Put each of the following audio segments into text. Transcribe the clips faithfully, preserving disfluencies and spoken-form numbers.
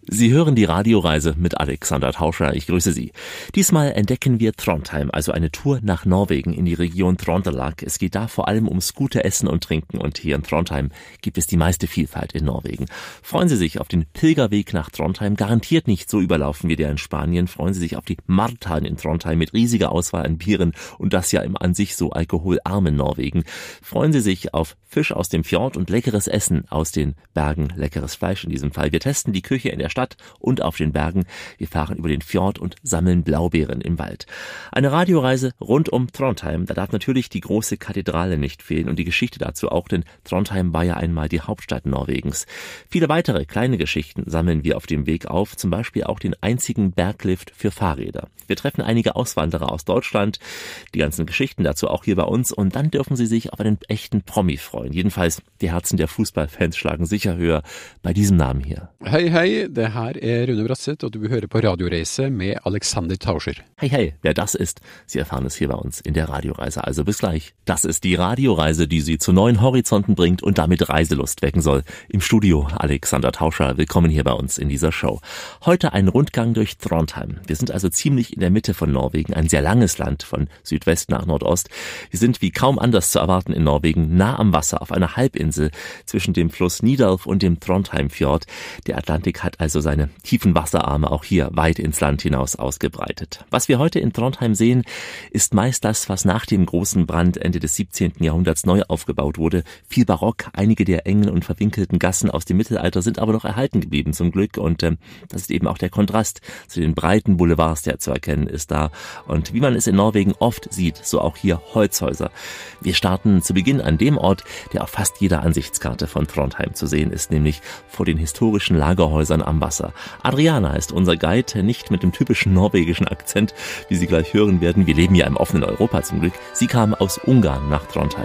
Sie hören die Radioreise mit Alexander Tauscher. Ich grüße Sie. Diesmal entdecken wir Trondheim, also eine Tour nach Norwegen in die Region Trondelag. Es geht da vor allem ums gute Essen und Trinken und hier in Trondheim gibt es die meiste Vielfalt in Norwegen. Freuen Sie sich auf den Pilgerweg nach Trondheim, garantiert nicht so überlaufen wie der in Spanien. Freuen Sie sich auf die Martan in Trondheim mit riesiger Auswahl an Bieren und das ja im an sich so alkoholarmen Norwegen. Freuen Sie sich auf Fisch aus dem Fjord und leckeres Essen aus den Bergen, leckeres Fleisch in diesem Fall. Wir testen die Küche in der Stadt und auf den Bergen. Wir fahren über den Fjord und sammeln Blaubeeren im Wald. Eine Radioreise rund um Trondheim. Da darf natürlich die große Kathedrale nicht fehlen und die Geschichte dazu auch, denn Trondheim war ja einmal die Hauptstadt Norwegens. Viele weitere kleine Geschichten sammeln wir auf dem Weg auf, zum Beispiel auch den einzigen Berglift für Fahrräder. Wir treffen einige Auswanderer aus Deutschland, die ganzen Geschichten dazu auch hier bei uns und dann dürfen Sie sich auf einen echten Promi freuen. Jedenfalls, die Herzen der Fußballfans schlagen sicher höher bei diesem Namen hier. Hei, hei, det her er Rune Bratseth og du hører på Radioreise med Alexander Tauscher. Hey, hey, wer das ist, Sie erfahren es hier bei uns in der Radioreise. Also bis gleich. Das ist die Radioreise, die Sie zu neuen Horizonten bringt und damit Reiselust wecken soll. Im Studio Alexander Tauscher. Willkommen hier bei uns in dieser Show. Heute ein Rundgang durch Trondheim. Wir sind also ziemlich in der Mitte von Norwegen, ein sehr langes Land von Südwest nach Nordost. Wir sind wie kaum anders zu erwarten in Norwegen, nah am Wasser auf einer Halbinsel zwischen dem Fluss Nidalf und dem Trondheimfjord. Der Atlantik hat also seine tiefen Wasserarme auch hier weit ins Land hinaus ausgebreitet. Was wir heute in Trondheim sehen, ist meist das, was nach dem großen Brand Ende des siebzehnten Jahrhunderts neu aufgebaut wurde. Viel Barock, einige der engen und verwinkelten Gassen aus dem Mittelalter sind aber noch erhalten geblieben zum Glück und äh, das ist eben auch der Kontrast zu den breiten Boulevards, der zu erkennen ist da. Und wie man es in Norwegen oft sieht, so auch hier Holzhäuser. Wir starten zu Beginn an dem Ort, der auf fast jeder Ansichtskarte von Trondheim zu sehen ist, nämlich vor den historischen Lagerhäusern am Wasser. Adriana ist unser Guide, nicht mit dem typischen norwegischen Akzent, wie Sie gleich hören werden. Wir leben ja im offenen Europa zum Glück. Sie kam aus Ungarn nach Trondheim.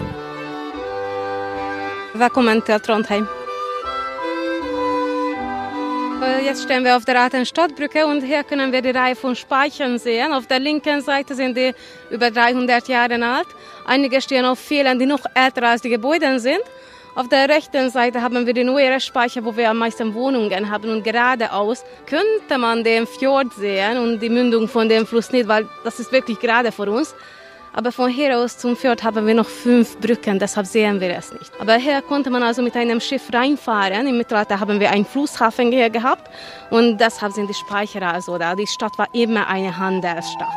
Willkommen till Trondheim. Jetzt stehen wir auf der alten Stadtbrücke und hier können wir die Reihe von Speichern sehen. Auf der linken Seite sind die über dreihundert Jahre alt. Einige stehen auf Pfählen, die noch älter als die Gebäude sind. Auf der rechten Seite haben wir die neuere Speicher, wo wir am meisten Wohnungen haben. Und geradeaus könnte man den Fjord sehen und die Mündung von dem Fluss nicht, weil das ist wirklich gerade vor uns. Aber von hier aus zum Fjord haben wir noch fünf Brücken, deshalb sehen wir es nicht. Aber hier konnte man also mit einem Schiff reinfahren. Im Mittelalter haben wir einen Flusshafen hier gehabt und deshalb sind die Speicher also da. Die Stadt war immer eine Handelsstadt.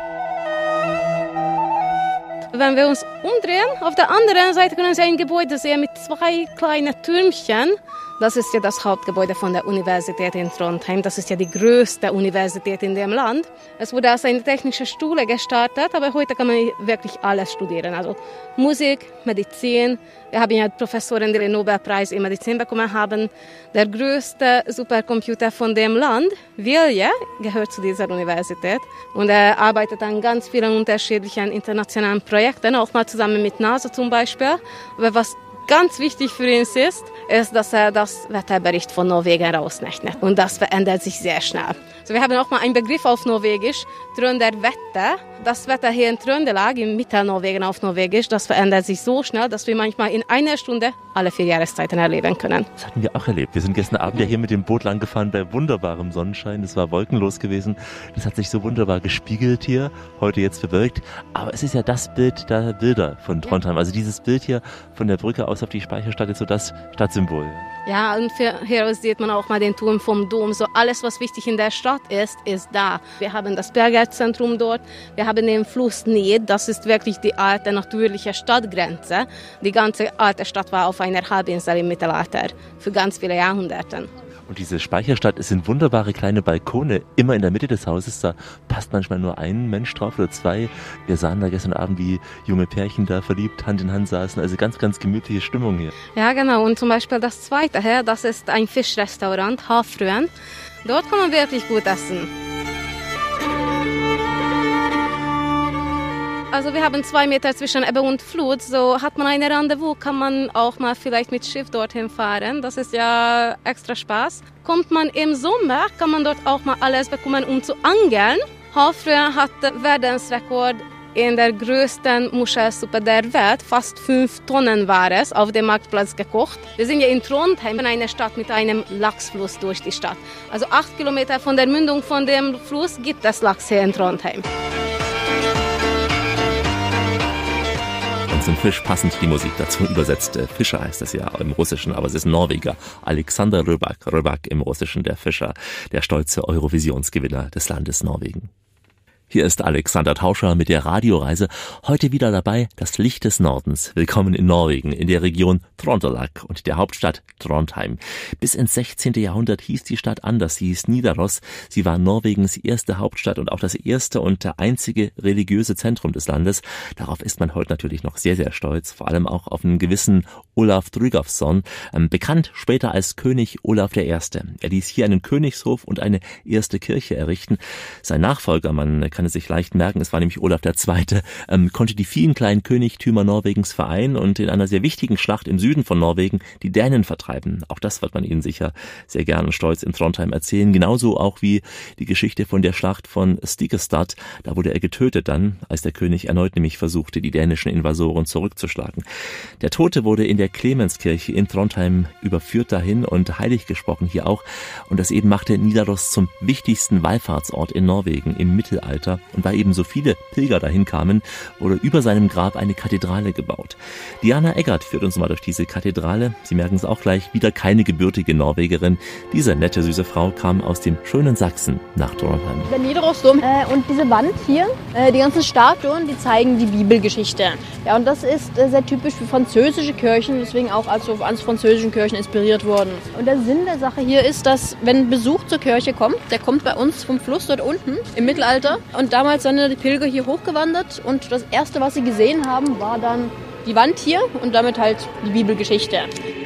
Wenn wir uns umdrehen, auf der anderen Seite können Sie ein Gebäude sehen mit zwei kleinen Türmchen. Das ist ja das Hauptgebäude von der Universität in Trondheim. Das ist ja die größte Universität in dem Land. Es wurde als eine technische Schule gestartet, aber heute kann man wirklich alles studieren. Also Musik, Medizin. Wir haben ja Professoren, die den Nobelpreis in Medizin bekommen haben. Der größte Supercomputer von dem Land, Vilje, gehört zu dieser Universität. Und er arbeitet an ganz vielen unterschiedlichen internationalen Projekten, auch mal zusammen mit NASA zum Beispiel. Aber was ganz wichtig für ihn ist, ist, dass er das Wetterbericht von Norwegen rausrechnet. Und das verändert sich sehr schnell. Also wir haben auch mal einen Begriff auf Norwegisch, Trønderwetter. Das Wetter hier in Trøndelag, in Mittelnorwegen auf Norwegisch, das verändert sich so schnell, dass wir manchmal in einer Stunde alle vier Jahreszeiten erleben können. Das hatten wir auch erlebt. Wir sind gestern Abend ja hier mit dem Boot lang gefahren bei wunderbarem Sonnenschein. Es war wolkenlos gewesen. Das hat sich so wunderbar gespiegelt hier, heute jetzt bewölkt. Aber es ist ja das Bild der Bilder von Trondheim. Also dieses Bild hier von der Brücke aus auf die Speicherstadt ist so das Stadtsymbol. Ja, und hier aus sieht man auch mal den Turm vom Dom. So alles, was wichtig in der Stadt ist, ist da. Wir haben das Bergerzentrum dort, wir haben den Fluss Nid, das ist wirklich die alte natürliche Stadtgrenze. Die ganze alte Stadt war auf einer Halbinsel im Mittelalter für ganz viele Jahrhunderte. Und diese Speicherstadt, es sind wunderbare kleine Balkone, immer in der Mitte des Hauses, da passt manchmal nur ein Mensch drauf oder zwei. Wir sahen da gestern Abend, wie junge Pärchen da verliebt Hand in Hand saßen, also ganz, ganz gemütliche Stimmung hier. Ja, genau, und zum Beispiel das zweite hier, das ist ein Fischrestaurant, Havfruen. Dort kann man wirklich gut essen. Also wir haben zwei Meter zwischen Ebbe und Flut, so hat man eine Rendezvous, kann man auch mal vielleicht mit Schiff dorthin fahren, das ist ja extra Spaß. Kommt man im Sommer, kann man dort auch mal alles bekommen, um zu angeln. Havfruen hat Verdensrekord in der größten Muschelsuppe der Welt. Fast fünf Tonnen war es, auf dem Marktplatz gekocht. Wir sind ja in Trondheim, eine Stadt mit einem Lachsfluss durch die Stadt. Also acht Kilometer von der Mündung von dem Fluss gibt es Lachs hier in Trondheim. Und zum Fisch passend die Musik dazu übersetzt. Fischer heißt es ja im Russischen, aber es ist Norweger. Alexander Rybak, Rybak im Russischen der Fischer, der stolze Eurovisionsgewinner des Landes Norwegen. Hier ist Alexander Tauscher mit der Radioreise. Heute wieder dabei, das Licht des Nordens. Willkommen in Norwegen, in der Region Trøndelag und der Hauptstadt Trondheim. Bis ins sechzehnten Jahrhundert hieß die Stadt anders. Sie hieß Nidaros. Sie war Norwegens erste Hauptstadt und auch das erste und der einzige religiöse Zentrum des Landes. Darauf ist man heute natürlich noch sehr, sehr stolz. Vor allem auch auf einen gewissen Olaf Tryggvason, ähm, bekannt später als König Olaf der Erste. Er ließ hier einen Königshof und eine erste Kirche errichten. Sein Nachfolger, man kann es sich leicht merken, es war nämlich Olaf der Zweite, ähm, konnte die vielen kleinen Königtümer Norwegens vereinen und in einer sehr wichtigen Schlacht im Süden von Norwegen die Dänen vertreiben. Auch das wird man Ihnen sicher sehr gern und stolz in Trondheim erzählen. Genauso auch wie die Geschichte von der Schlacht von Stiklestad. Da wurde er getötet dann, als der König erneut nämlich versuchte, die dänischen Invasoren zurückzuschlagen. Der Tote wurde in der Clemenskirche in Trondheim überführt dahin und heilig gesprochen hier auch. Und das eben machte Nidaros zum wichtigsten Wallfahrtsort in Norwegen im Mittelalter. Und weil eben so viele Pilger dahin kamen, wurde über seinem Grab eine Kathedrale gebaut. Diana Eggert führt uns mal durch diese Kathedrale. Sie merken es auch gleich, wieder keine gebürtige Norwegerin. Diese nette, süße Frau kam aus dem schönen Sachsen nach Trondheim. Der Nidarosdom äh, und diese Wand hier, äh, die ganzen Statuen, die zeigen die Bibelgeschichte. Ja, und das ist äh, sehr typisch für französische Kirchen, deswegen auch als aus französischen Kirchen inspiriert wurden. Und der Sinn der Sache hier ist, dass wenn Besuch zur Kirche kommt, der kommt bei uns vom Fluss dort unten im Mittelalter. Und damals sind die Pilger hier hochgewandert und das Erste, was sie gesehen haben, war dann die Wand hier und damit halt die Bibelgeschichte.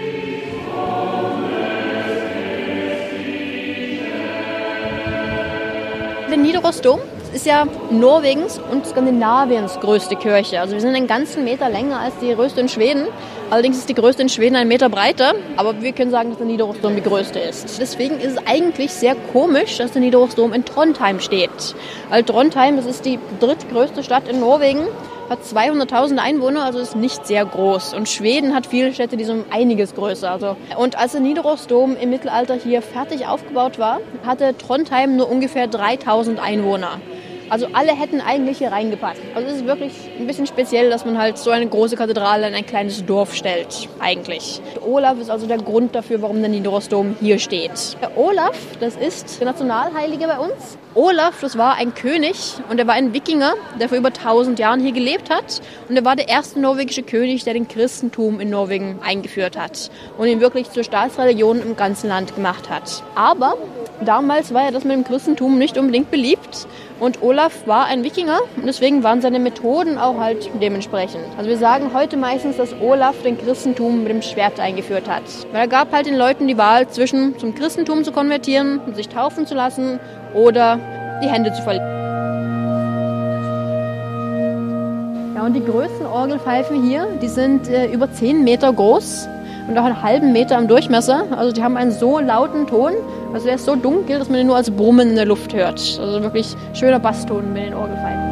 Der Nidarosdom ist ja Norwegens und Skandinaviens größte Kirche. Also wir sind einen ganzen Meter länger als die größte in Schweden. Allerdings ist die größte in Schweden einen Meter breiter. Aber wir können sagen, dass der Nidarosdom die größte ist. Deswegen ist es eigentlich sehr komisch, dass der Nidarosdom in Trondheim steht. Weil Trondheim, das ist die drittgrößte Stadt in Norwegen, hat zweihunderttausend Einwohner, also ist nicht sehr groß. Und Schweden hat viele Städte, die sind einiges größer. Also. Und als der Nidarosdom im Mittelalter hier fertig aufgebaut war, hatte Trondheim nur ungefähr dreitausend Einwohner. Also alle hätten eigentlich hier reingepasst. Also es ist wirklich ein bisschen speziell, dass man halt so eine große Kathedrale in ein kleines Dorf stellt, eigentlich. Olaf ist also der Grund dafür, warum der Nidarosdom hier steht. Der Olaf, das ist der Nationalheilige bei uns. Olaf, das war ein König und er war ein Wikinger, der vor über tausend Jahren hier gelebt hat. Und er war der erste norwegische König, der den Christentum in Norwegen eingeführt hat und ihn wirklich zur Staatsreligion im ganzen Land gemacht hat. Aber damals war ja das mit dem Christentum nicht unbedingt beliebt. Und Olaf war ein Wikinger und deswegen waren seine Methoden auch halt dementsprechend. Also wir sagen heute meistens, dass Olaf den Christentum mit dem Schwert eingeführt hat. Weil er gab halt den Leuten die Wahl zwischen zum Christentum zu konvertieren, sich taufen zu lassen oder die Hände zu verlieren. Ja, und die größten Orgelpfeifen hier, die sind äh, über zehn Meter groß und auch einen halben Meter im Durchmesser. Also die haben einen so lauten Ton, also der ist so dunkel, dass man ihn nur als Brummen in der Luft hört. Also wirklich schöner Basston mit den Orgelpfeifen.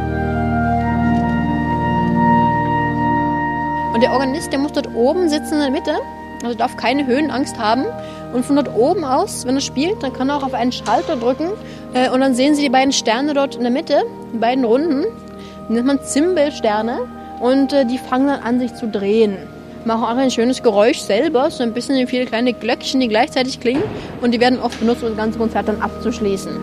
Und der Organist, der muss dort oben sitzen in der Mitte, also darf keine Höhenangst haben. Und von dort oben aus, wenn er spielt, dann kann er auch auf einen Schalter drücken äh, und dann sehen Sie die beiden Sterne dort in der Mitte, die beiden Runden. Die nennt man Zimbelsterne und äh, die fangen dann an, sich zu drehen. Machen auch ein schönes Geräusch selber, so ein bisschen wie viele kleine Glöckchen, die gleichzeitig klingen. Und die werden oft benutzt, um das ganze Konzert dann abzuschließen.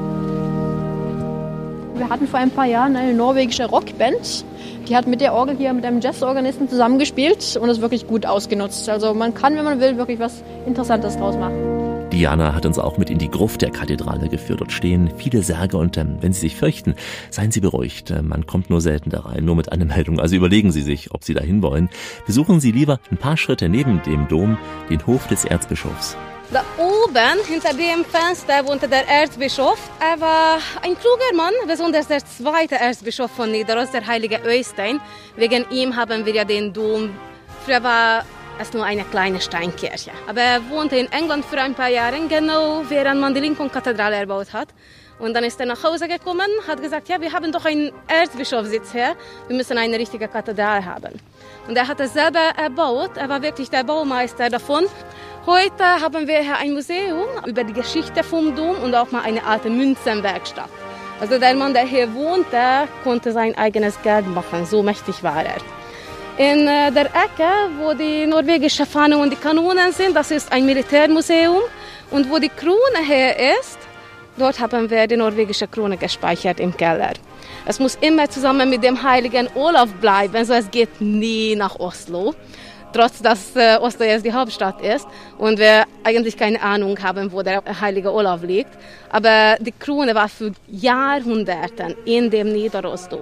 Wir hatten vor ein paar Jahren eine norwegische Rockband. Die hat mit der Orgel hier mit einem Jazzorganisten zusammengespielt und ist wirklich gut ausgenutzt. Also man kann, wenn man will, wirklich was Interessantes draus machen. Diana hat uns auch mit in die Gruft der Kathedrale geführt. Dort stehen viele Särge und ähm, wenn Sie sich fürchten, seien Sie beruhigt. Äh, man kommt nur selten da rein, nur mit Anmeldung. Also überlegen Sie sich, ob Sie dahin wollen. Besuchen Sie lieber ein paar Schritte neben dem Dom den Hof des Erzbischofs. Da oben, hinter dem Fenster, wohnte der Erzbischof. Er war ein kluger Mann, besonders der zweite Erzbischof von Nidaros, der heilige Øystein. Wegen ihm haben wir ja den Dom. Früher war es nur eine kleine Steinkirche. Aber er wohnte in England für ein paar Jahre, genau während man die Lincoln-Kathedrale erbaut hat. Und dann ist er nach Hause gekommen, hat gesagt, ja, wir haben doch einen Erzbischofssitz hier, wir müssen eine richtige Kathedrale haben. Und er hat es selber erbaut, er war wirklich der Baumeister davon. Heute haben wir hier ein Museum über die Geschichte vom Dom und auch mal eine alte Münzenwerkstatt. Also der Mann, der hier wohnt, der konnte sein eigenes Geld machen, so mächtig war er. In der Ecke, wo die norwegische Fahne und die Kanonen sind, das ist ein Militärmuseum. Und wo die Krone her ist, dort haben wir die norwegische Krone gespeichert im Keller. Es muss immer zusammen mit dem heiligen Olav bleiben, also es geht nie nach Oslo. Trotz dass äh, Oslo jetzt die Hauptstadt ist und wir eigentlich keine Ahnung haben, wo der heilige Olav liegt. Aber die Krone war für Jahrhunderte in dem Nidarosdom.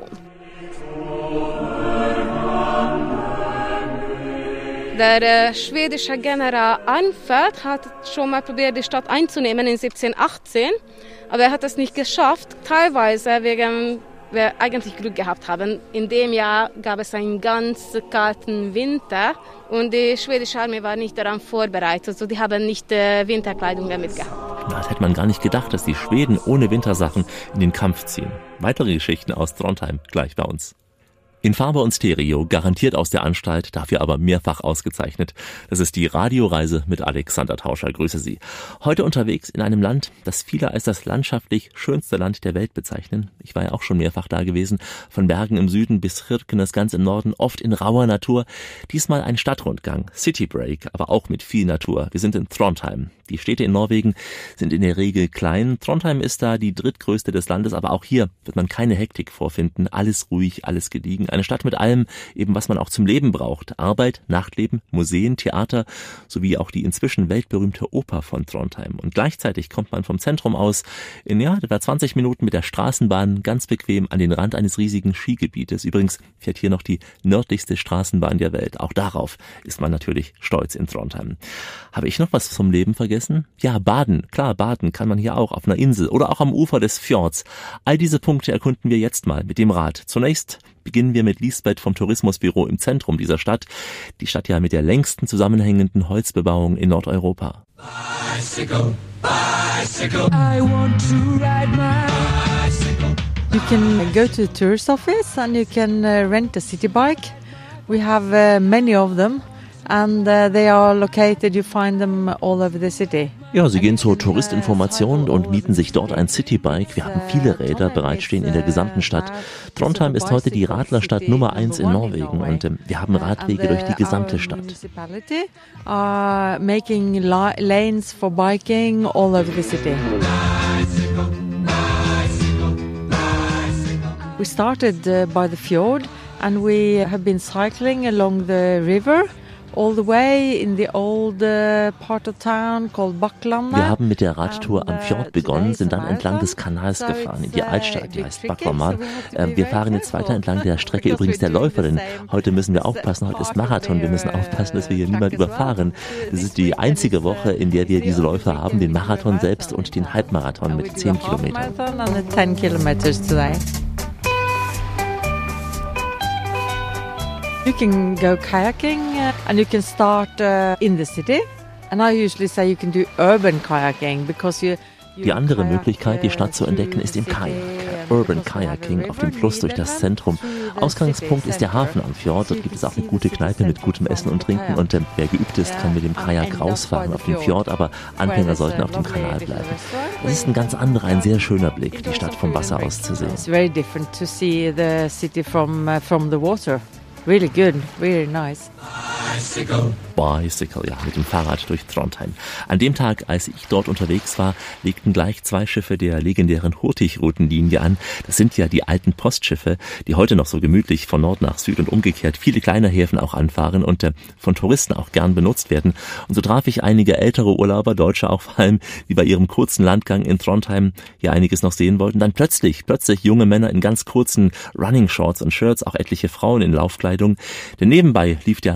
Der äh, schwedische General Arnfelt hat schon mal probiert, die Stadt einzunehmen in siebzehnhundertachtzehn, aber er hat es nicht geschafft, teilweise wegen wir eigentlich Glück gehabt haben. In dem Jahr gab es einen ganz kalten Winter und die schwedische Armee war nicht daran vorbereitet, also die haben nicht äh, Winterkleidung damit gehabt. Das hätte man gar nicht gedacht, dass die Schweden ohne Wintersachen in den Kampf ziehen. Weitere Geschichten aus Trondheim gleich bei uns. In Farbe und Stereo, garantiert aus der Anstalt, dafür aber mehrfach ausgezeichnet. Das ist die Radioreise mit Alexander Tauscher. Grüße Sie. Heute unterwegs in einem Land, das viele als das landschaftlich schönste Land der Welt bezeichnen. Ich war ja auch schon mehrfach da gewesen. Von Bergen im Süden bis Kirkenes ganz im Norden, oft in rauer Natur. Diesmal ein Stadtrundgang, City Break, aber auch mit viel Natur. Wir sind in Trondheim. Die Städte in Norwegen sind in der Regel klein. Trondheim ist da die drittgrößte des Landes, aber auch hier wird man keine Hektik vorfinden. Alles ruhig, alles gediegen. Eine Stadt mit allem, eben was man auch zum Leben braucht. Arbeit, Nachtleben, Museen, Theater, sowie auch die inzwischen weltberühmte Oper von Trondheim. Und gleichzeitig kommt man vom Zentrum aus in ja etwa zwanzig Minuten mit der Straßenbahn ganz bequem an den Rand eines riesigen Skigebietes. Übrigens fährt hier noch die nördlichste Straßenbahn der Welt. Auch darauf ist man natürlich stolz in Trondheim. Habe ich noch was zum Leben vergessen? Ja, baden. Klar, baden kann man hier auch auf einer Insel oder auch am Ufer des Fjords. All diese Punkte erkunden wir jetzt mal mit dem Rad. Zunächst beginnen wir mit Lisbeth vom Tourismusbüro im Zentrum dieser Stadt. Die Stadt ja mit der längsten zusammenhängenden Holzbebauung in Nordeuropa. Bicycle, bicycle, I want to ride my bicycle. You can go to the tourist office and you can uh, rent a city bike. We have uh, many of them. And uh, they are located, you find them all over the city. Ja, Sie gehen zur Touristinformation und mieten sich dort ein Citybike. Wir haben viele Räder bereitstehen in der gesamten Stadt. Trondheim ist heute die Radlerstadt Nummer eins in Norwegen und äh, wir haben Radwege durch die gesamte Stadt. Uh, making la- lanes for biking all over the city. We started uh, by the fjord and we have been cycling along the river. All the way in the old uh, part of town called Bakklandet. Wir haben mit der Radtour am Fjord begonnen, sind dann entlang des Kanals gefahren in die Altstadt, die heißt Bakklandet. Äh, wir fahren jetzt weiter entlang der Strecke übrigens der Läuferin. Heute müssen wir aufpassen, heute ist Marathon, wir müssen aufpassen, dass wir hier niemand überfahren. Das ist die einzige Woche, in der wir diese Läufe haben, den Marathon selbst und den Halbmarathon mit zehn Kilometern. You can go kayaking uh, and you can start uh, in the city. And I usually say you can do urban kayaking because you Die andere Möglichkeit, die Stadt zu entdecken, ist im Kajak. Urban Kayaking auf dem Fluss durch das Zentrum. Ausgangspunkt ist der Hafen am Fjord. Dort gibt es auch eine gute Kneipe mit gutem Essen und Trinken. Und äh, wer geübt ist, kann mit dem Kajak rausfahren auf den Fjord. Aber Anfänger sollten auf dem Kanal bleiben. Es ist ein ganz anderer, ein sehr schöner Blick, die Stadt vom Wasser aus zu sehen. It's very different to see the city from uh, from the water. Really good, really nice. Bicycle. Bicycle, ja, mit dem Fahrrad durch Trondheim. An dem Tag, als ich dort unterwegs war, legten gleich zwei Schiffe der legendären Hurtigruten-Linie an. Das sind ja die alten Postschiffe, die heute noch so gemütlich von Nord nach Süd und umgekehrt viele kleine Häfen auch anfahren und äh, von Touristen auch gern benutzt werden. Und so traf ich einige ältere Urlauber, Deutsche auch vor allem, die bei ihrem kurzen Landgang in Trondheim hier einiges noch sehen wollten. Dann plötzlich, plötzlich junge Männer in ganz kurzen Running Shorts und Shirts, auch etliche Frauen in Laufkleidung. Denn nebenbei lief der Marathon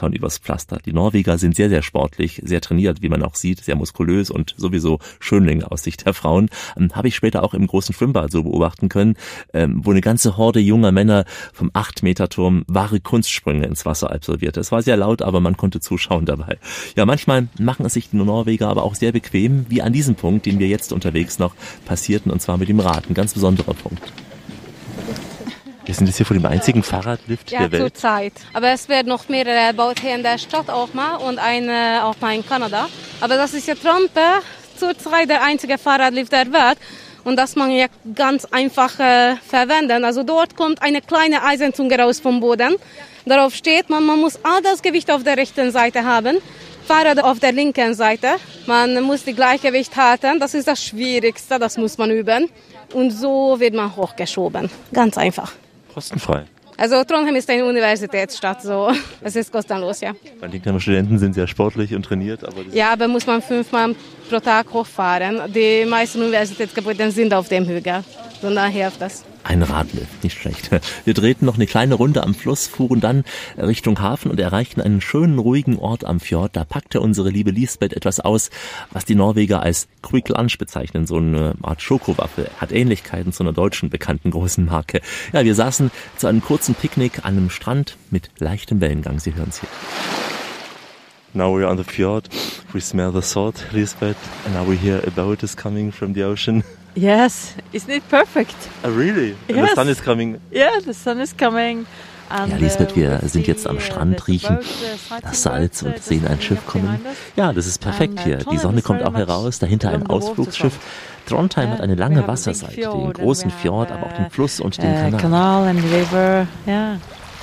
Stolpern übers Pflaster. Die Norweger sind sehr, sehr sportlich, sehr trainiert, wie man auch sieht, sehr muskulös und sowieso Schönlinge aus Sicht der Frauen. Ähm, habe ich später auch im großen Schwimmbad so beobachten können, ähm, wo eine ganze Horde junger Männer vom acht Meter Turm wahre Kunstsprünge ins Wasser absolvierte. Es war sehr laut, aber man konnte zuschauen dabei. Ja, manchmal machen es sich die Norweger aber auch sehr bequem, wie an diesem Punkt, den wir jetzt unterwegs noch passierten, und zwar mit dem Rad. Ein ganz besonderer Punkt. Wir sind jetzt hier vor dem einzigen Fahrradlift ja, der Welt. Ja, zurzeit. Aber es wird noch mehrere gebaut hier in der Stadt auch mal und eine auch mal in Kanada. Aber das ist ja Trompe, zurzeit der einzige Fahrradlift der Welt. Und das man ja ganz einfach äh, verwenden. Also dort kommt eine kleine Eisenzunge raus vom Boden. Darauf steht man, man muss all das Gewicht auf der rechten Seite haben. Fahrrad auf der linken Seite. Man muss die Gleichgewicht halten. Das ist das Schwierigste, das muss man üben. Und so wird man hochgeschoben. Ganz einfach. Kostenfrei. Also Trondheim ist eine Universitätsstadt, so es ist kostenlos, ja. Man denkt, die Studenten sind sehr sportlich und trainiert, aber das ja, aber muss man fünfmal pro Tag hochfahren. Die meisten Universitätsgebäude sind auf dem Hügel, von daher hilft das. Ein Radlift, nicht schlecht. Wir drehten noch eine kleine Runde am Fluss, fuhren dann Richtung Hafen und erreichten einen schönen, ruhigen Ort am Fjord. Da packte unsere liebe Lisbeth etwas aus, was die Norweger als Quick Lunch bezeichnen. So eine Art Schokowaffel. Hat Ähnlichkeiten zu einer deutschen bekannten großen Marke. Ja, wir saßen zu einem kurzen Picknick an einem Strand mit leichtem Wellengang. Sie hören es hier. Now we're on the fjord. We smell the salt, Lisbeth. And now we hear a boat is coming from the ocean. Yes, isn't it perfect? Oh, really? And yes. The sun is coming. Yeah, the sun is coming. Ja, Lisbeth, wir sind jetzt am Strand, riechen das Salz und sehen ein Schiff kommen. Ja, das ist perfekt hier. Die Sonne kommt auch heraus, dahinter ein Ausflugsschiff. Trondheim hat eine lange Wasserseite, den großen Fjord, aber auch den Fluss und den Kanal. Canal and river, yeah.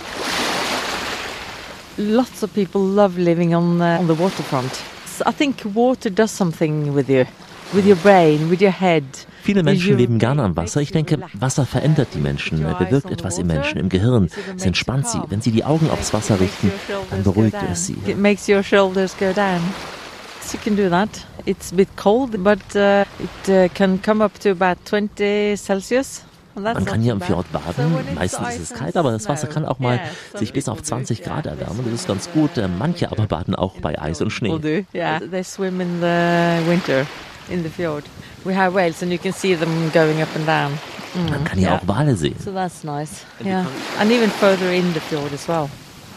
Lots of people love living on, uh, on the waterfront. I think water does something with you, with your brain, with your head. Viele Menschen leben gerne am Wasser. Ich denke, Wasser verändert die Menschen, bewirkt etwas im Menschen, im Gehirn. Es entspannt sie. Wenn sie die Augen aufs Wasser richten, dann beruhigt es sie. It makes your shoulders go down. So you can do that. It's a bit cold, but uh, it uh, can come up to about twenty Celsius. Man kann hier im Fjord baden, meistens ist es kalt, aber das Wasser kann auch mal sich bis auf zwanzig Grad erwärmen. Das ist ganz gut. Manche aber baden auch bei Eis und Schnee. Yeah, they swim in the winter in the fjord. We have whales and you can see them going up and down. Mm. Man kann hier yeah. auch Wale sehen. So that's nice. Yeah, and even further in the fjord as well.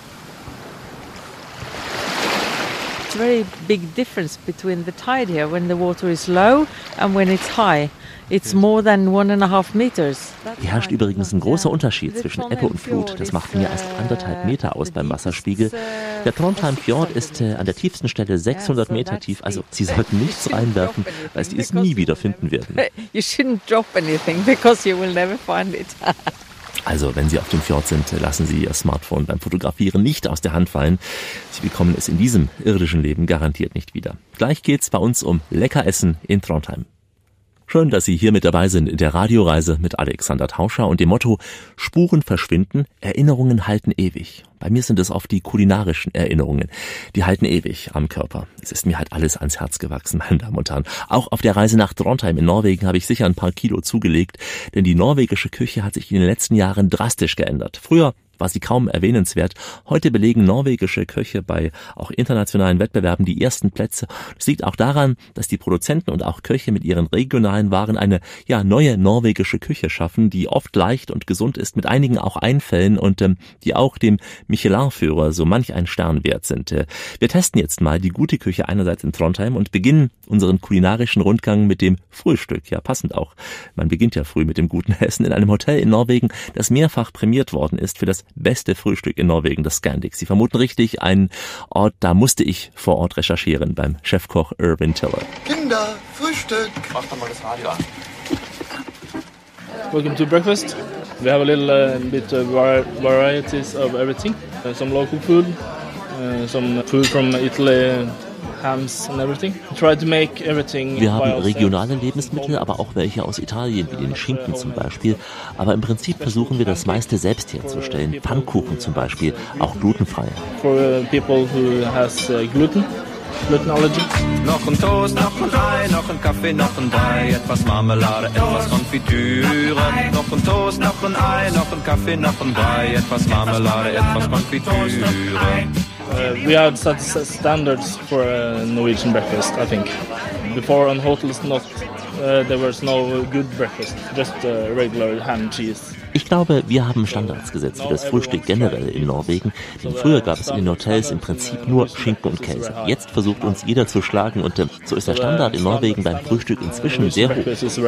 It's a very big difference between the tide here when the water is low and when it's high. It's more than one and a half meters. Hier herrscht übrigens ein großer Unterschied zwischen Ebbe und Flut. Das macht mehr als anderthalb Meter aus beim Wasserspiegel. Der Trondheim Fjord ist äh, an der tiefsten Stelle sechshundert Meter tief. Also Sie sollten nichts reinwerfen, weil Sie es nie wieder finden werden. You shouldn't drop anything because you will never find it. Also, wenn Sie auf dem Fjord sind, lassen Sie Ihr Smartphone beim Fotografieren nicht aus der Hand fallen. Sie bekommen es in diesem irdischen Leben garantiert nicht wieder. Gleich geht's bei uns um lecker Essen in Trondheim. Schön, dass Sie hier mit dabei sind in der Radioreise mit Alexander Tauscher und dem Motto Spuren verschwinden, Erinnerungen halten ewig. Bei mir sind es oft die kulinarischen Erinnerungen. Die halten ewig am Körper. Es ist mir halt alles ans Herz gewachsen, meine Damen und Herren. Auch auf der Reise nach Trondheim in Norwegen habe ich sicher ein paar Kilo zugelegt, denn die norwegische Küche hat sich in den letzten Jahren drastisch geändert. Früher war sie kaum erwähnenswert. Heute belegen norwegische Köche bei auch internationalen Wettbewerben die ersten Plätze. Das liegt auch daran, dass die Produzenten und auch Köche mit ihren regionalen Waren eine ja neue norwegische Küche schaffen, die oft leicht und gesund ist, mit einigen auch Einfällen und ähm, die auch dem Michelin-Führer so manch ein Stern wert sind. Äh, wir testen jetzt mal die gute Küche einerseits in Trondheim und beginnen unseren kulinarischen Rundgang mit dem Frühstück. Ja, passend auch. Man beginnt ja früh mit dem guten Essen in einem Hotel in Norwegen, das mehrfach prämiert worden ist für das beste Frühstück in Norwegen, das Scandic. Sie vermuten richtig, ein Ort, da musste ich vor Ort recherchieren beim Chefkoch Irvin Tiller. Kinder, Frühstück! Mach doch mal das Radio an. Welcome to breakfast. We have a little uh, bit of var- varieties of everything. Uh, some local food, uh, some food from Italy, hams and everything. Try to make everything. Wir haben regionale Lebensmittel, aber auch welche aus Italien, wie den Schinken zum Beispiel. Aber im Prinzip versuchen wir das meiste selbst herzustellen. Pfannkuchen zum Beispiel, auch glutenfrei. For uh, people who has uh, gluten. Gluten allergy. Noch ein Toast, noch ein Ei, noch ein Kaffee, noch ein Brei, etwas Marmelade, etwas Konfitüre. Noch ein Toast, noch ein Ei, noch ein Kaffee, noch ein Brei, etwas Marmelade, etwas Konfitüre. Uh, we have set standards for a Norwegian breakfast, I think. Before on hotels, not uh, there was no good breakfast, just uh, regular ham and cheese. Ich glaube, wir haben Standards gesetzt für das Frühstück generell in Norwegen. Denn früher gab es in den Hotels im Prinzip nur Schinken und Käse. Jetzt versucht uns jeder zu schlagen und äh, so ist der Standard in Norwegen beim Frühstück inzwischen sehr hoch.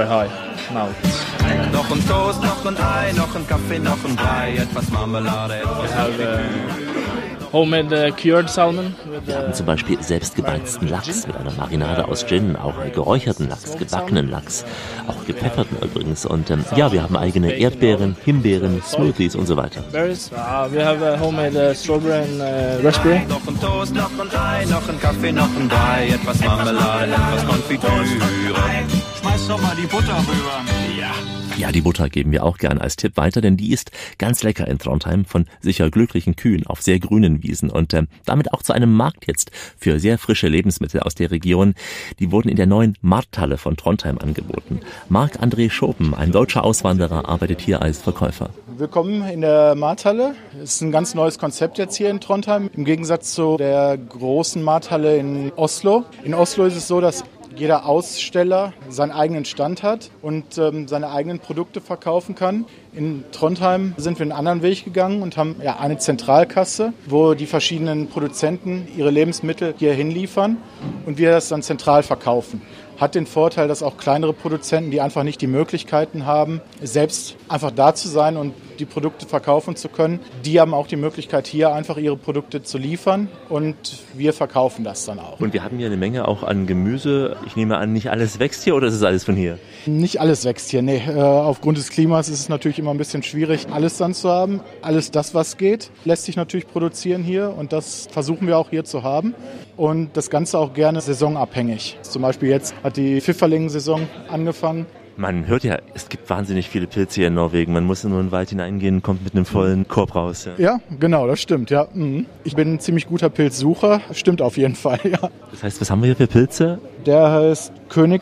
Noch ein Toast, noch ein Ei, noch ein Kaffee, noch ein Brei, etwas Marmelade, etwas Homemade uh, cured salmon. Wir haben zum Beispiel selbstgebeizten Lachs mit einer Marinade aus Gin, auch geräucherten Lachs, gebackenen Lachs, auch gepfefferten übrigens. Und ähm, ja, wir haben eigene Erdbeeren, Himbeeren, Smoothies und so weiter. Berries. Uh, we have a homemade uh, strawberry and uh, raspberry. Noch ein Toast, noch ein Ei, noch ein Kaffee, noch ein Brei, etwas Marmelade, etwas Konfitüre. Schmeiß doch mal die Butter rüber. Ja. Ja, die Butter geben wir auch gern als Tipp weiter, denn die ist ganz lecker in Trondheim von sicher glücklichen Kühen auf sehr grünen Wiesen und äh, damit auch zu einem Markt jetzt für sehr frische Lebensmittel aus der Region. Die wurden in der neuen Markthalle von Trondheim angeboten. Marc-André Schopen, ein deutscher Auswanderer, arbeitet hier als Verkäufer. Willkommen in der Markthalle. Es ist ein ganz neues Konzept jetzt hier in Trondheim, im Gegensatz zu der großen Markthalle in Oslo. In Oslo ist es so, dass jeder Aussteller seinen eigenen Stand hat und ähm, seine eigenen Produkte verkaufen kann. In Trondheim sind wir einen anderen Weg gegangen und haben ja eine Zentralkasse, wo die verschiedenen Produzenten ihre Lebensmittel hier hinliefern und wir das dann zentral verkaufen. Hat den Vorteil, dass auch kleinere Produzenten, die einfach nicht die Möglichkeiten haben, selbst einfach da zu sein und die Produkte verkaufen zu können, die haben auch die Möglichkeit, hier einfach ihre Produkte zu liefern und wir verkaufen das dann auch. Und wir haben hier eine Menge auch an Gemüse. Ich nehme an, nicht alles wächst hier oder ist es alles von hier? Nicht alles wächst hier, nee. Äh, aufgrund des Klimas ist es natürlich immer ein bisschen schwierig, alles dann zu haben. Alles das, was geht, lässt sich natürlich produzieren hier und das versuchen wir auch hier zu haben. Und das Ganze auch gerne saisonabhängig. Zum Beispiel jetzt hat die Pfifferlingen-Saison angefangen. Man hört ja, es gibt wahnsinnig viele Pilze hier in Norwegen. Man muss in nur in den Wald hineingehen, kommt mit einem vollen Korb raus. Ja, ja genau, das stimmt. Ja. Ich bin ein ziemlich guter Pilzsucher. Stimmt auf jeden Fall, ja. Das heißt, was haben wir hier für Pilze? Der heißt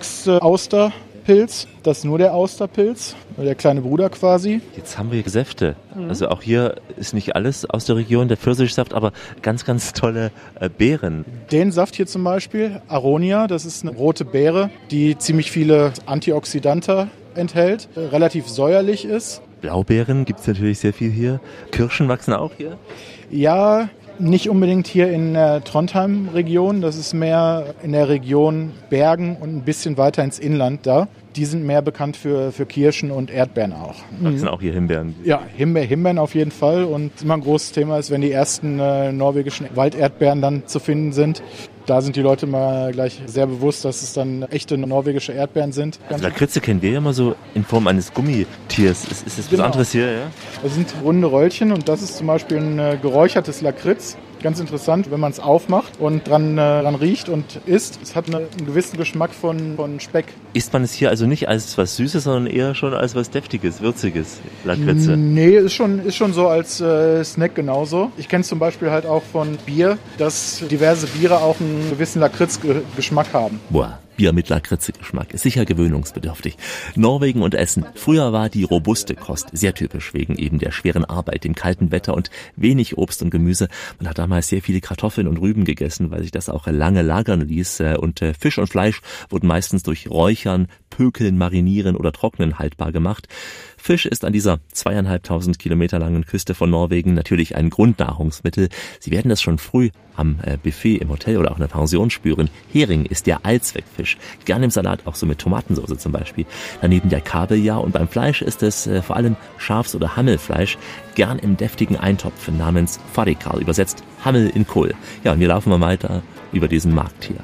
Königsausterpilz. Das ist nur der Austerpilz, der kleine Bruder quasi. Jetzt haben wir Säfte. Mhm. Also auch hier ist nicht alles aus der Region, der Pfirsichsaft, aber ganz, ganz tolle äh, Beeren. Den Saft hier zum Beispiel, Aronia, das ist eine rote Beere, die ziemlich viele Antioxidantien enthält, äh, relativ säuerlich ist. Blaubeeren gibt es natürlich sehr viel hier. Kirschen wachsen auch hier? Ja, nicht unbedingt hier in der Trondheim-Region, das ist mehr in der Region Bergen und ein bisschen weiter ins Inland da. Die sind mehr bekannt für, für Kirschen und Erdbeeren auch. Wachsen auch hier Himbeeren? Ja, Himbeer, Himbeeren auf jeden Fall. Und immer ein großes Thema ist, wenn die ersten äh, norwegischen Walderdbeeren dann zu finden sind. Da sind die Leute mal gleich sehr bewusst, dass es dann echte norwegische Erdbeeren sind. Also Lakritze kennen wir ja immer so in Form eines Gummitiers. Ist, ist das was genau. anderes hier? Ja? Das sind runde Röllchen und das ist zum Beispiel ein äh, geräuchertes Lakritz. Ganz interessant, wenn man es aufmacht und dran, äh, dran riecht und isst. Es hat eine, einen gewissen Geschmack von, von Speck. Isst man es hier also nicht als was Süßes, sondern eher schon als was Deftiges, Würziges, Lakritze? Nee, ist schon, ist schon so als äh, Snack genauso. Ich kenne zum Beispiel halt auch von Bier, dass diverse Biere auch einen gewissen Lakritzgeschmack haben. Boah. Bier mit Lakritze-Geschmack ist sicher gewöhnungsbedürftig. Norwegen und Essen. Früher war die robuste Kost sehr typisch wegen eben der schweren Arbeit, dem kalten Wetter und wenig Obst und Gemüse. Man hat damals sehr viele Kartoffeln und Rüben gegessen, weil sich das auch lange lagern ließ. Und Fisch und Fleisch wurden meistens durch Räuchern, Pökeln, Marinieren oder Trocknen haltbar gemacht. Fisch ist an dieser zweieinhalbtausend Kilometer langen Küste von Norwegen natürlich ein Grundnahrungsmittel. Sie werden das schon früh am Buffet im Hotel oder auch in der Pension spüren. Hering ist der Allzweckfisch. Gerne im Salat, auch so mit Tomatensauce zum Beispiel. Daneben der Kabeljau und beim Fleisch ist es äh, vor allem Schafs- oder Hammelfleisch. Gern im deftigen Eintopf namens Farikal, übersetzt Hammel in Kohl. Ja, und wir laufen mal weiter über diesen Markt hier.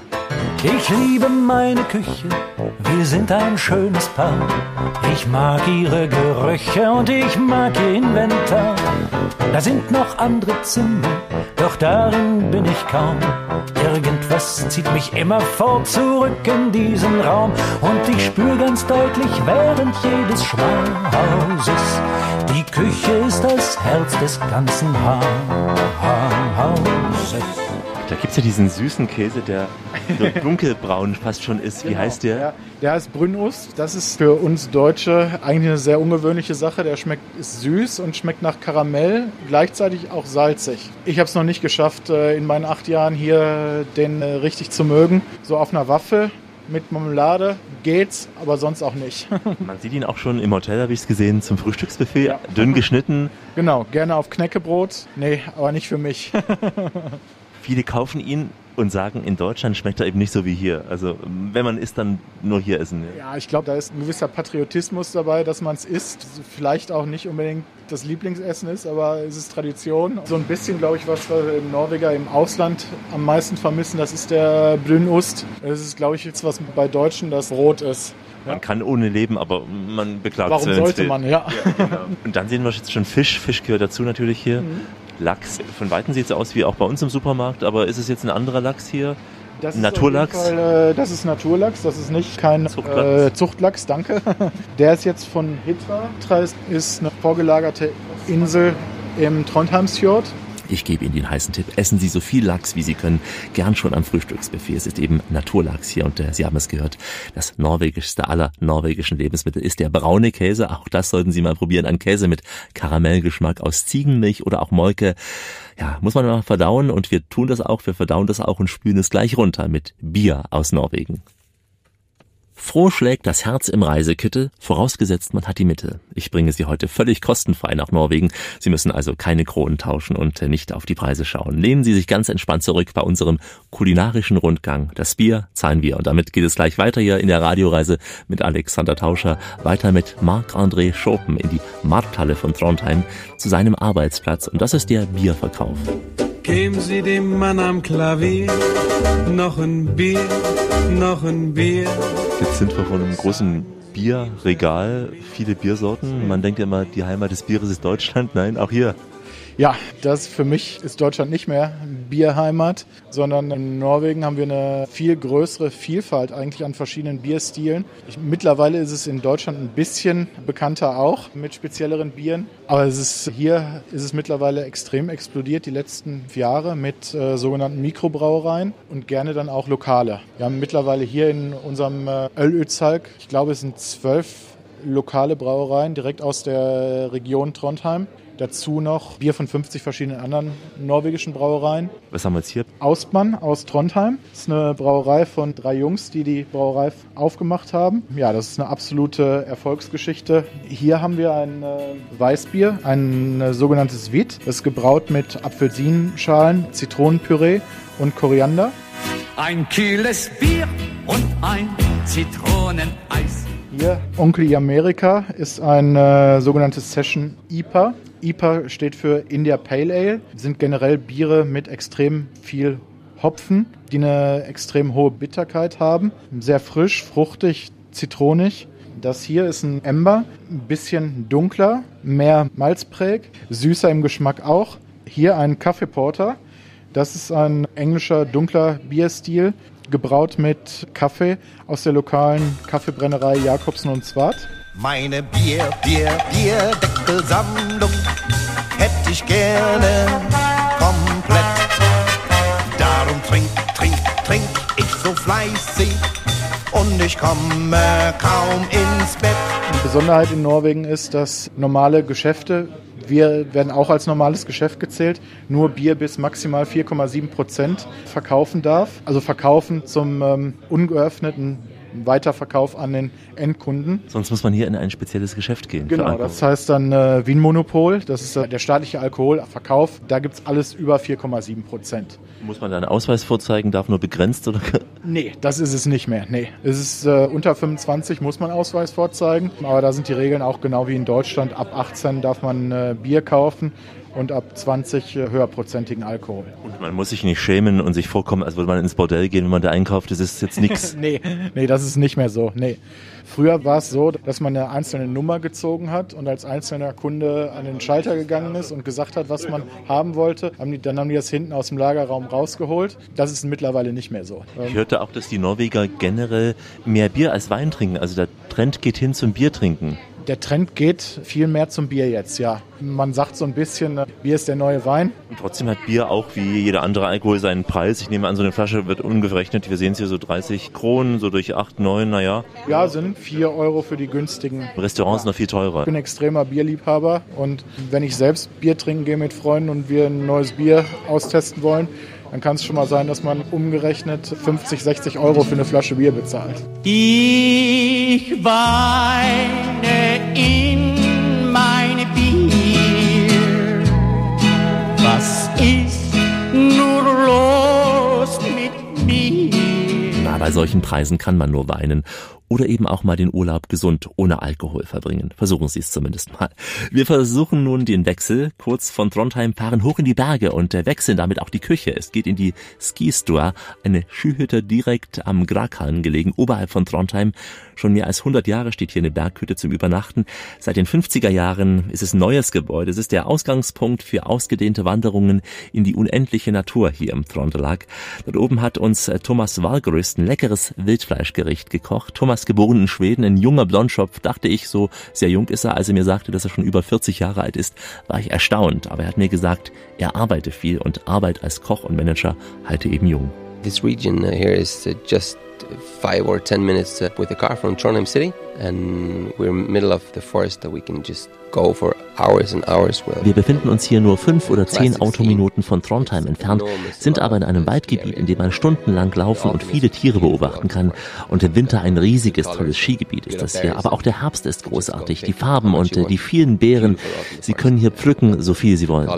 Ich liebe meine Küche, wir sind ein schönes Paar. Ich mag ihre Gerüche und ich mag ihr Inventar. Da sind noch andere Zimmer, doch darin bin ich kaum. Irgendwas zieht mich immer fort zurück in diesen Raum. Und ich spür ganz deutlich während jedes Schmalhauses, die Küche ist das Herz des ganzen ha- ha- Hauses. Da gibt es ja diesen süßen Käse, der so dunkelbraun fast schon ist. Wie genau. heißt der? Ja, der heißt Brünnust. Das ist für uns Deutsche eigentlich eine sehr ungewöhnliche Sache. Der schmeckt ist süß und schmeckt nach Karamell, gleichzeitig auch salzig. Ich habe es noch nicht geschafft, in meinen acht Jahren hier den richtig zu mögen. So auf einer Waffel mit Marmelade geht's, aber sonst auch nicht. Man sieht ihn auch schon im Hotel, habe ich es gesehen, zum Frühstücksbuffet, ja. Dünn geschnitten. Genau, gerne auf Knäckebrot. Nee, aber nicht für mich. Viele kaufen ihn und sagen, in Deutschland schmeckt er eben nicht so wie hier. Also wenn man isst, dann nur hier essen. Ja, ja ich glaube, da ist ein gewisser Patriotismus dabei, dass man es isst. Vielleicht auch nicht unbedingt das Lieblingsessen ist, aber es ist Tradition. So ein bisschen, glaube ich, was wir im Norweger im Ausland am meisten vermissen, das ist der Brünnust. Das ist, glaube ich, jetzt was bei Deutschen das Brot ist. Man ja. kann ohne leben, aber man beklagt es. Warum sollte man, ja. ja genau. Und dann sehen wir jetzt schon Fisch. Fisch gehört dazu natürlich hier. Mhm. Lachs. Von Weitem sieht es aus wie auch bei uns im Supermarkt, aber ist es jetzt ein anderer Lachs hier? Das Naturlachs? Ist Fall, äh, das ist Naturlachs, das ist nicht kein Zuchtlachs, äh, Zuchtlachs danke. Der ist jetzt von Hitra. Hitra ist, ist eine vorgelagerte Insel im Trondheimsfjord. Ich gebe Ihnen den heißen Tipp. Essen Sie so viel Lachs, wie Sie können. Gern schon am Frühstücksbuffet. Es ist eben Naturlachs hier und äh, Sie haben es gehört. Das norwegischste aller norwegischen Lebensmittel ist der braune Käse. Auch das sollten Sie mal probieren. Ein Käse mit Karamellgeschmack aus Ziegenmilch oder auch Molke. Ja, muss man mal verdauen und wir tun das auch. Wir verdauen das auch und spülen es gleich runter mit Bier aus Norwegen. Froh schlägt das Herz im Reisekittel, vorausgesetzt man hat die Mittel. Ich bringe Sie heute völlig kostenfrei nach Norwegen. Sie müssen also keine Kronen tauschen und nicht auf die Preise schauen. Lehnen Sie sich ganz entspannt zurück bei unserem kulinarischen Rundgang. Das Bier zahlen wir. Und damit geht es gleich weiter hier in der Radioreise mit Alexander Tauscher. Weiter mit Marc-André Schopen in die Markthalle von Trondheim zu seinem Arbeitsplatz. Und das ist der Bierverkauf. Geben Sie dem Mann am Klavier noch ein Bier, noch ein Bier. Jetzt sind wir vor einem großen Bierregal, viele Biersorten. Man denkt ja immer, die Heimat des Bieres ist Deutschland. Nein, auch hier. Ja, das für mich ist Deutschland nicht mehr Bierheimat, sondern in Norwegen haben wir eine viel größere Vielfalt eigentlich an verschiedenen Bierstilen. Ich, mittlerweile ist es in Deutschland ein bisschen bekannter auch mit spezielleren Bieren, aber es ist, hier ist es mittlerweile extrem explodiert die letzten Jahre mit äh, sogenannten Mikrobrauereien und gerne dann auch Lokale. Wir haben mittlerweile hier in unserem äh, Ølutsalg, ich glaube es sind zwölf lokale Brauereien direkt aus der Region Trondheim. Dazu noch Bier von fünfzig verschiedenen anderen norwegischen Brauereien. Was haben wir jetzt hier? Austmann aus Trondheim. Das ist eine Brauerei von drei Jungs, die die Brauerei aufgemacht haben. Ja, das ist eine absolute Erfolgsgeschichte. Hier haben wir ein äh, Weißbier, ein äh, sogenanntes Wit. Das ist gebraut mit Apfelsinenschalen, Zitronenpüree und Koriander. Ein kühles Bier und ein Zitroneneis. Hier, Onkel I Amerika ist ein äh, sogenanntes Session I P A. I P A steht für India Pale Ale. Sind generell Biere mit extrem viel Hopfen, die eine extrem hohe Bitterkeit haben. Sehr frisch, fruchtig, zitronig. Das hier ist ein Amber, ein bisschen dunkler, mehr malzpräg, süßer im Geschmack auch. Hier ein Kaffeeporter. Das ist ein englischer dunkler Bierstil, gebraut mit Kaffee aus der lokalen Kaffeebrennerei Jakobsen und Zwart. Meine Bier, Bier, Bierdeckelsammlung hätte ich gerne komplett. Darum trink, trink, trink ich so fleißig und ich komme kaum ins Bett. Die Besonderheit in Norwegen ist, dass normale Geschäfte, wir werden auch als normales Geschäft gezählt, nur Bier bis maximal vier Komma sieben Prozent verkaufen darf. Also verkaufen zum ähm, ungeöffneten Weiterverkauf an den Endkunden. Sonst muss man hier in ein spezielles Geschäft gehen. Genau, das heißt dann äh, Wienmonopol, das ist äh, der staatliche Alkoholverkauf. Da gibt es alles über vier Komma sieben Prozent. Muss man da einen Ausweis vorzeigen, darf nur begrenzt? Oder? Nee, das ist es nicht mehr. Nee, es ist äh, unter fünfundzwanzig muss man Ausweis vorzeigen, aber da sind die Regeln auch genau wie in Deutschland. Ab achtzehn darf man äh, Bier kaufen und ab zwanzig äh, höherprozentigen Alkohol. Und man muss sich nicht schämen und sich vorkommen, als würde man ins Bordell gehen, wenn man da einkauft. Das ist jetzt nichts. nee, nee, das ist nicht mehr so. Nee. Früher war es so, dass man eine einzelne Nummer gezogen hat und als einzelner Kunde an den Schalter gegangen ist und gesagt hat, was man haben wollte. Dann haben die das hinten aus dem Lagerraum rausgeholt. Das ist mittlerweile nicht mehr so. Ich hörte auch, dass die Norweger generell mehr Bier als Wein trinken. Also der Trend geht hin zum Biertrinken. Der Trend geht viel mehr zum Bier jetzt, ja. Man sagt so ein bisschen, Bier ist der neue Wein. Und trotzdem hat Bier auch wie jeder andere Alkohol seinen Preis. Ich nehme an, so eine Flasche wird umgerechnet. Wir sehen es hier so dreißig Kronen, so durch acht, neun, naja. Ja, sind vier Euro für die günstigen. Restaurants ja. Noch viel teurer. Ich bin extremer Bierliebhaber und wenn ich selbst Bier trinken gehe mit Freunden und wir ein neues Bier austesten wollen, dann kann es schon mal sein, dass man umgerechnet fünfzig, sechzig Euro für eine Flasche Bier bezahlt. Ich weine in meine Bier. Was ist nur los mit mir? Na, bei solchen Preisen kann man nur weinen. Oder eben auch mal den Urlaub gesund ohne Alkohol verbringen. Versuchen Sie es zumindest mal. Wir versuchen nun den Wechsel. Kurz von Trondheim fahren hoch in die Berge und wechseln damit auch die Küche. Es geht in die Skistua, eine Skihütte direkt am Grakhallen gelegen, oberhalb von Trondheim. Schon mehr als hundert Jahre steht hier eine Berghütte zum Übernachten. Seit den fünfziger Jahren ist es ein neues Gebäude. Es ist der Ausgangspunkt für ausgedehnte Wanderungen in die unendliche Natur hier im Trondelag. Dort oben hat uns Thomas Wahlgröst ein leckeres Wildfleischgericht gekocht. Thomas, geboren in Schweden, ein junger Blondschopf, dachte ich, so sehr jung ist er. Als er mir sagte, dass er schon über vierzig Jahre alt ist, war ich erstaunt. Aber er hat mir gesagt, er arbeite viel und Arbeit als Koch und Manager halte eben jung. This region here is just five or ten minutes with a car from Trondheim City, and we're in the middle of the forest that we can just go for hours and hours. Wir befinden uns hier nur fünf oder zehn Autominuten von Trondheim entfernt, sind aber in einem Waldgebiet, in dem man stundenlang laufen und viele Tiere beobachten kann. Und im Winter ein riesiges, tolles Skigebiet ist das hier. Aber auch der Herbst ist großartig. Die Farben und die vielen Beeren, Sie können hier pflücken, so viel Sie wollen.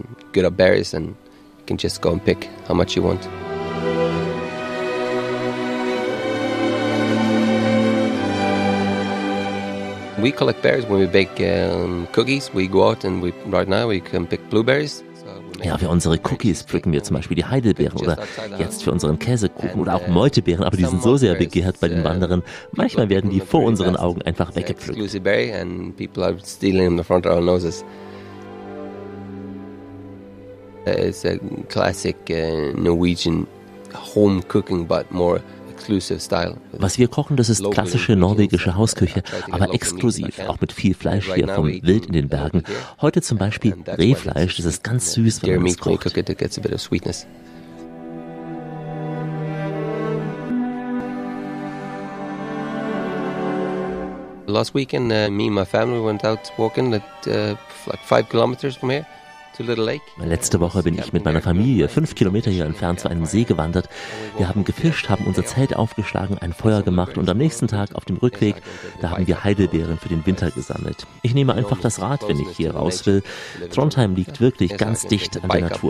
We collect berries when we bake um, cookies. We go out and we right now we can pick blueberries. Ja, für unsere Cookies pflücken wir zum Beispiel die Heidelbeeren oder jetzt für unseren Käsekuchen oder auch Meutebeeren, aber die sind so sehr begehrt bei den Wanderern. Manchmal werden die vor unseren Augen einfach weggepflückt. It's a classic uh, Norwegian home cooking, but more Was wir kochen, das ist klassische norwegische Hausküche, aber exklusiv, auch mit viel Fleisch hier vom Wild in den Bergen. Heute zum Beispiel Rehfleisch, das ist ganz süß, wenn man es kocht. Last weekend, uh, me and my family went out walking at uh, like five kilometers from here. Letzte Woche bin ich mit meiner Familie fünf Kilometer hier entfernt zu einem See gewandert. Wir haben gefischt, haben unser Zelt aufgeschlagen, ein Feuer gemacht und am nächsten Tag auf dem Rückweg, da haben wir Heidelbeeren für den Winter gesammelt. Ich nehme einfach das Rad, wenn ich hier raus will. Trondheim liegt wirklich ganz dicht an der Natur.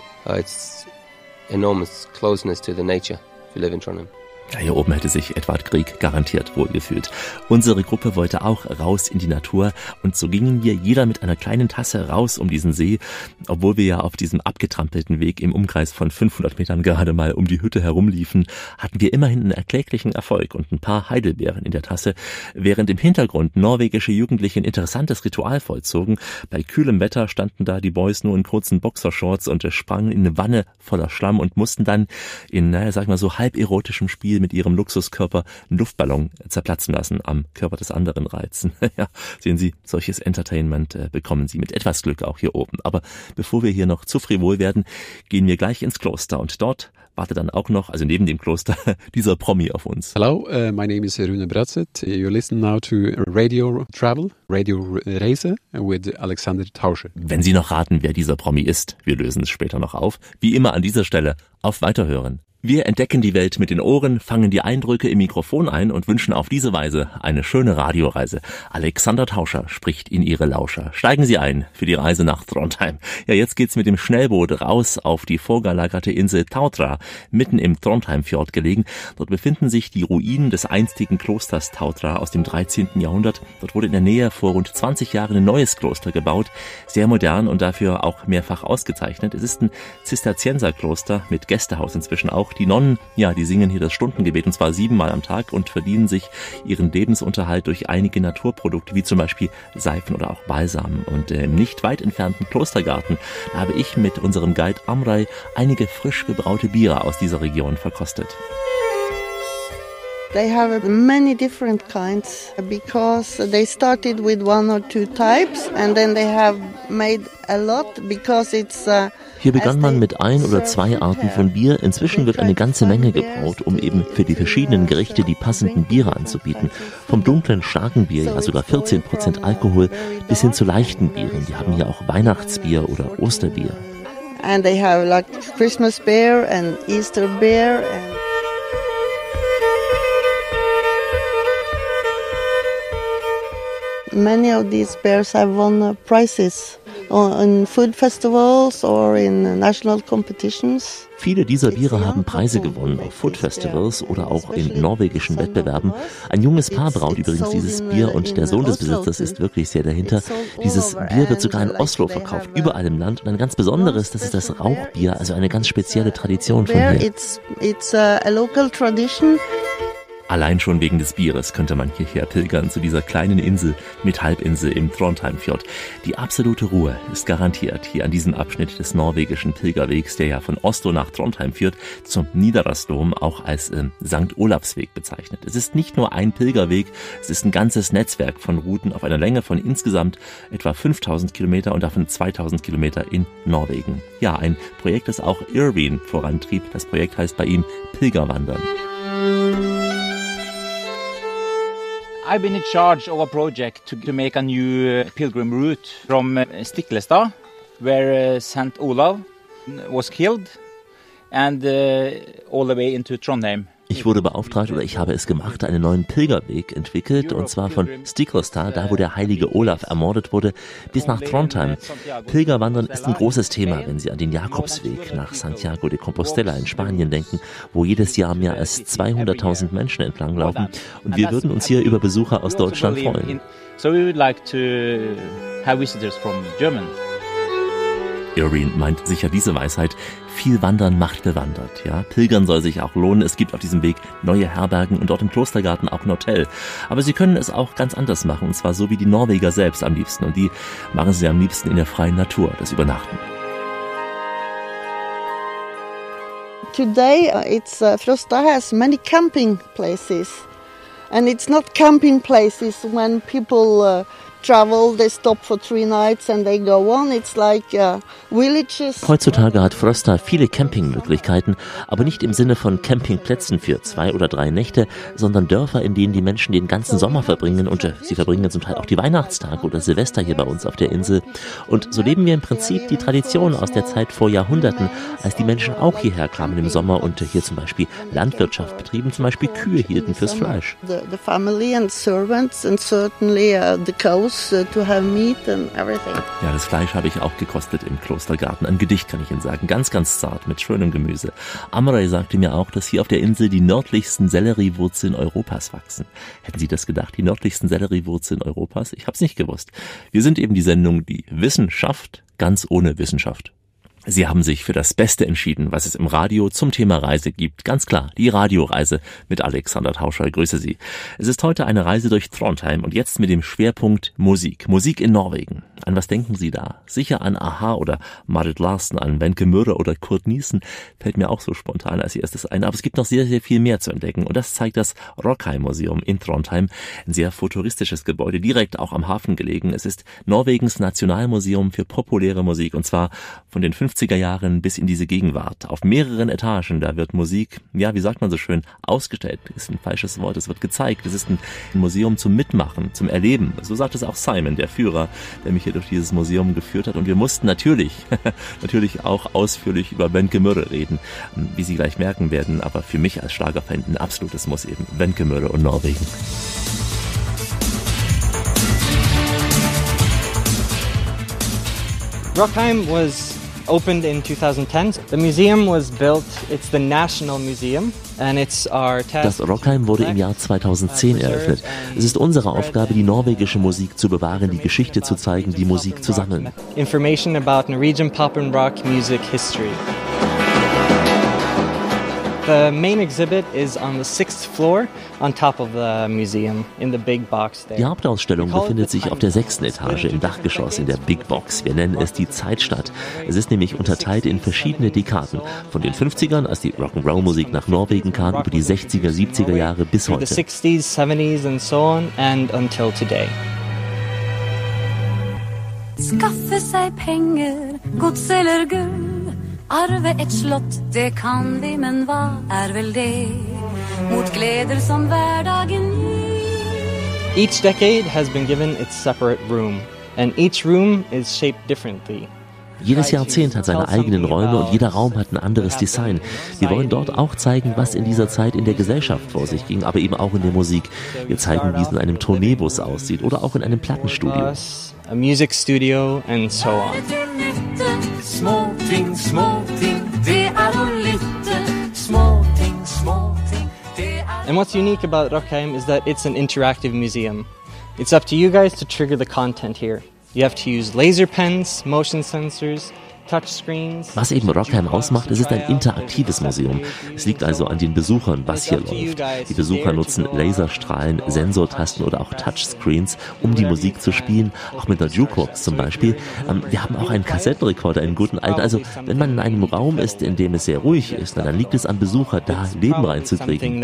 It's enormous closeness to the nature if you live in Trondheim. Ja, hier oben hätte sich Edvard Grieg garantiert wohlgefühlt. Unsere Gruppe wollte auch raus in die Natur und so gingen wir jeder mit einer kleinen Tasse raus um diesen See, obwohl wir ja auf diesem abgetrampelten Weg im Umkreis von fünfhundert Metern gerade mal um die Hütte herumliefen, hatten wir immerhin einen erkläglichen Erfolg und ein paar Heidelbeeren in der Tasse, während im Hintergrund norwegische Jugendliche ein interessantes Ritual vollzogen. Bei kühlem Wetter standen da die Boys nur in kurzen Boxershorts und sprangen in eine Wanne voller Schlamm und mussten dann in, naja, sag mal so halb erotischem Spiel mit ihrem Luxuskörper einen Luftballon zerplatzen lassen, am Körper des anderen reizen. Ja, sehen Sie, solches Entertainment äh, bekommen Sie mit etwas Glück auch hier oben. Aber bevor wir hier noch zu frivol werden, gehen wir gleich ins Kloster und dort wartet dann auch noch, also neben dem Kloster, dieser Promi auf uns. Hello, uh, my name is Rune Bratzett. You listen now to Radio Travel, Radio Reise with Alexander Tauscher. Wenn Sie noch raten, wer dieser Promi ist, wir lösen es später noch auf. Wie immer an dieser Stelle, auf Weiterhören. Wir entdecken die Welt mit den Ohren, fangen die Eindrücke im Mikrofon ein und wünschen auf diese Weise eine schöne Radioreise. Alexander Tauscher spricht in Ihre Lauscher. Steigen Sie ein für die Reise nach Trondheim. Ja, jetzt geht's mit dem Schnellboot raus auf die vorgelagerte Insel Tautra, mitten im Trondheimfjord gelegen. Dort befinden sich die Ruinen des einstigen Klosters Tautra aus dem dreizehnten Jahrhundert. Dort wurde in der Nähe vor rund zwanzig Jahren ein neues Kloster gebaut. Sehr modern und dafür auch mehrfach ausgezeichnet. Es ist ein Zisterzienserkloster mit Gästehaus inzwischen auch. Die Nonnen, ja, die singen hier das Stundengebet und zwar siebenmal am Tag und verdienen sich ihren Lebensunterhalt durch einige Naturprodukte, wie zum Beispiel Seifen oder auch Balsam. Und äh, im nicht weit entfernten Klostergarten, da habe ich mit unserem Guide Amrei einige frisch gebraute Biere aus dieser Region verkostet. They have many different kinds because they started with one or two types and then they have made a lot because it's uh, Hier begann man mit ein oder zwei Arten von Bier. Inzwischen wird eine ganze Menge gebraut, um eben für die verschiedenen Gerichte die passenden Biere anzubieten. Vom dunklen, starken Bier, ja sogar vierzehn Prozent Alkohol, bis hin zu leichten Bieren. Die haben hier auch Weihnachtsbier oder Osterbier. And they have like Christmas beer and Easter beer and many of these beers have won uh, prizes in food festivals or in national competitions. Viele dieser Biere haben Preise gewonnen auf Food-Festivals oder auch in norwegischen Wettbewerben. Ein junges Paar braut übrigens dieses Bier und der Sohn des Besitzers ist wirklich sehr dahinter. Dieses Bier wird sogar in Oslo verkauft, überall im Land. Und ein ganz besonderes, das ist das Rauchbier, also eine ganz spezielle Tradition von hier. It's, it's a local tradition. Allein schon wegen des Bieres könnte man hierher pilgern zu dieser kleinen Insel mit Halbinsel im Trondheimfjord. Die absolute Ruhe ist garantiert hier an diesem Abschnitt des norwegischen Pilgerwegs, der ja von Oslo nach Trondheim führt, zum Nidarosdom, auch als äh, Sankt Olavsweg bezeichnet. Es ist nicht nur ein Pilgerweg, es ist ein ganzes Netzwerk von Routen auf einer Länge von insgesamt etwa fünftausend Kilometer und davon zweitausend Kilometer in Norwegen. Ja, ein Projekt, das auch Irwin vorantrieb. Das Projekt heißt bei ihm Pilgerwandern. I've been in charge of a project to, to make a new pilgrim route from uh, Stiklestad, where uh, Saint Olav was killed, and uh, all the way into Trondheim. Ich wurde beauftragt oder ich habe es gemacht, einen neuen Pilgerweg entwickelt und zwar von Stiklestad, da wo der heilige Olaf ermordet wurde, bis nach Trondheim. Pilgerwandern ist ein großes Thema, wenn Sie an den Jakobsweg nach Santiago de Compostela in Spanien denken, wo jedes Jahr mehr als zweihunderttausend Menschen entlanglaufen und wir würden uns hier über Besucher aus Deutschland freuen. So we would like to have visitors from Germany. Irwin meint sicher diese Weisheit, viel Wandern macht bewandert. Ja? Pilgern soll sich auch lohnen. Es gibt auf diesem Weg neue Herbergen und dort im Klostergarten auch ein Hotel. Aber Sie können es auch ganz anders machen, und zwar so wie die Norweger selbst am liebsten. Und die machen sie am liebsten in der freien Natur, das Übernachten. Today uh, it's uh, Frosta has many camping places. And it's not camping places when people uh, travel, they stop for three nights and they go on. It's like uh, villages. Heutzutage hat Frosta viele Campingmöglichkeiten, aber nicht im Sinne von Campingplätzen für zwei oder drei Nächte, sondern Dörfer, in denen die Menschen den ganzen Sommer verbringen und äh, sie verbringen zum Teil auch die Weihnachtstage oder Silvester hier bei uns auf der Insel. Und so leben wir im Prinzip die Tradition aus der Zeit vor Jahrhunderten, als die Menschen auch hierher kamen im Sommer und äh, hier zum Beispiel Landwirtschaft betrieben, zum Beispiel Kühe hielten fürs Fleisch. The, the family and servants and certainly uh, the cows. To have meat and everything. Ja, das Fleisch habe ich auch gekostet im Klostergarten. Ein Gedicht kann ich Ihnen sagen, ganz, ganz zart, mit schönem Gemüse. Amrei sagte mir auch, dass hier auf der Insel die nördlichsten Selleriewurzeln Europas wachsen. Hätten Sie das gedacht, die nördlichsten Selleriewurzeln Europas? Ich habe es nicht gewusst. Wir sind eben die Sendung, die Wissenschaft ganz ohne Wissenschaft. Sie haben sich für das Beste entschieden, was es im Radio zum Thema Reise gibt. Ganz klar, die Radioreise mit Alexander Tauscher. Ich grüße Sie. Es ist heute eine Reise durch Trondheim und jetzt mit dem Schwerpunkt Musik. Musik in Norwegen. An was denken Sie da? Sicher an a-ha oder Marit Larsen, an Wenche Mürre oder Kurt Nielsen. Fällt mir auch so spontan als erstes ein. Aber es gibt noch sehr, sehr viel mehr zu entdecken. Und das zeigt das Rockheim-Museum in Trondheim. Ein sehr futuristisches Gebäude, direkt auch am Hafen gelegen. Es ist Norwegens Nationalmuseum für populäre Musik und zwar von den fünfziger Jahren bis in diese Gegenwart. Auf mehreren Etagen, da wird Musik, ja, wie sagt man so schön, ausgestellt. Ist ein falsches Wort, es wird gezeigt. Es ist ein Museum zum Mitmachen, zum Erleben. So sagt es auch Simon, der Führer, der mich hier durch dieses Museum geführt hat. Und wir mussten natürlich, natürlich auch ausführlich über Wenche Mürre reden, wie Sie gleich merken werden. Aber für mich als Schlagerfan ein absolutes Muss eben. Wenche Mürre und Norwegen. Rockheim was opened in two thousand ten. The museum was built, it's the National Museum and it's our task. Das Rockheim wurde im Jahr zweitausendzehn eröffnet. Es ist unsere Aufgabe, die norwegische Musik zu bewahren, die Geschichte zu zeigen, die Musik zu sammeln. Information about Norwegian pop and rock music history. The main exhibit is on the sixth floor on top of the museum in the big box there. Die Hauptausstellung befindet sich auf der sechsten Etage im Dachgeschoss in der Big Box. Wir nennen es die Zeitstadt. Es ist nämlich unterteilt in verschiedene Dekaden. Von den fünfzigern, als die Rock'n'Roll-Musik nach Norwegen kam, über die sechziger, siebziger Jahre bis heute. The sixties, seventies and so on and until today. Skaffe seg penger, gods eller gull, arve et slott, det kan vi, men hva er vel det, mot gleder som hverdagen gir. Each decade has been given its separate room, and each room is shaped differently. Jedes Jahrzehnt hat seine eigenen Räume und jeder Raum hat ein anderes Design. Wir wollen dort auch zeigen, was in dieser Zeit in der Gesellschaft vor sich ging, aber eben auch in der Musik. Wir zeigen, wie es in einem Tourneebus aussieht oder auch in einem Plattenstudio. A music studio and so on. Små ting, små ting, det er å lytte. Små ting, små ting, det er... And what's unique about Rockheim is that it's an interactive museum. It's up to you guys to trigger the content here. You have to use laser pens, motion sensors, touchscreens. Was eben Rockheim ausmacht, es ist ein interaktives Museum. Es liegt also an den Besuchern, was hier läuft. Die Besucher nutzen Laserstrahlen, Sensortasten oder auch Touchscreens, um die Musik zu spielen, auch mit einer Jukebox zum Beispiel. Wir haben auch einen Kassettenrekorder, einen guten alten. Also wenn man in einem Raum ist, in dem es sehr ruhig ist, dann liegt es am Besucher, da Leben reinzukriegen.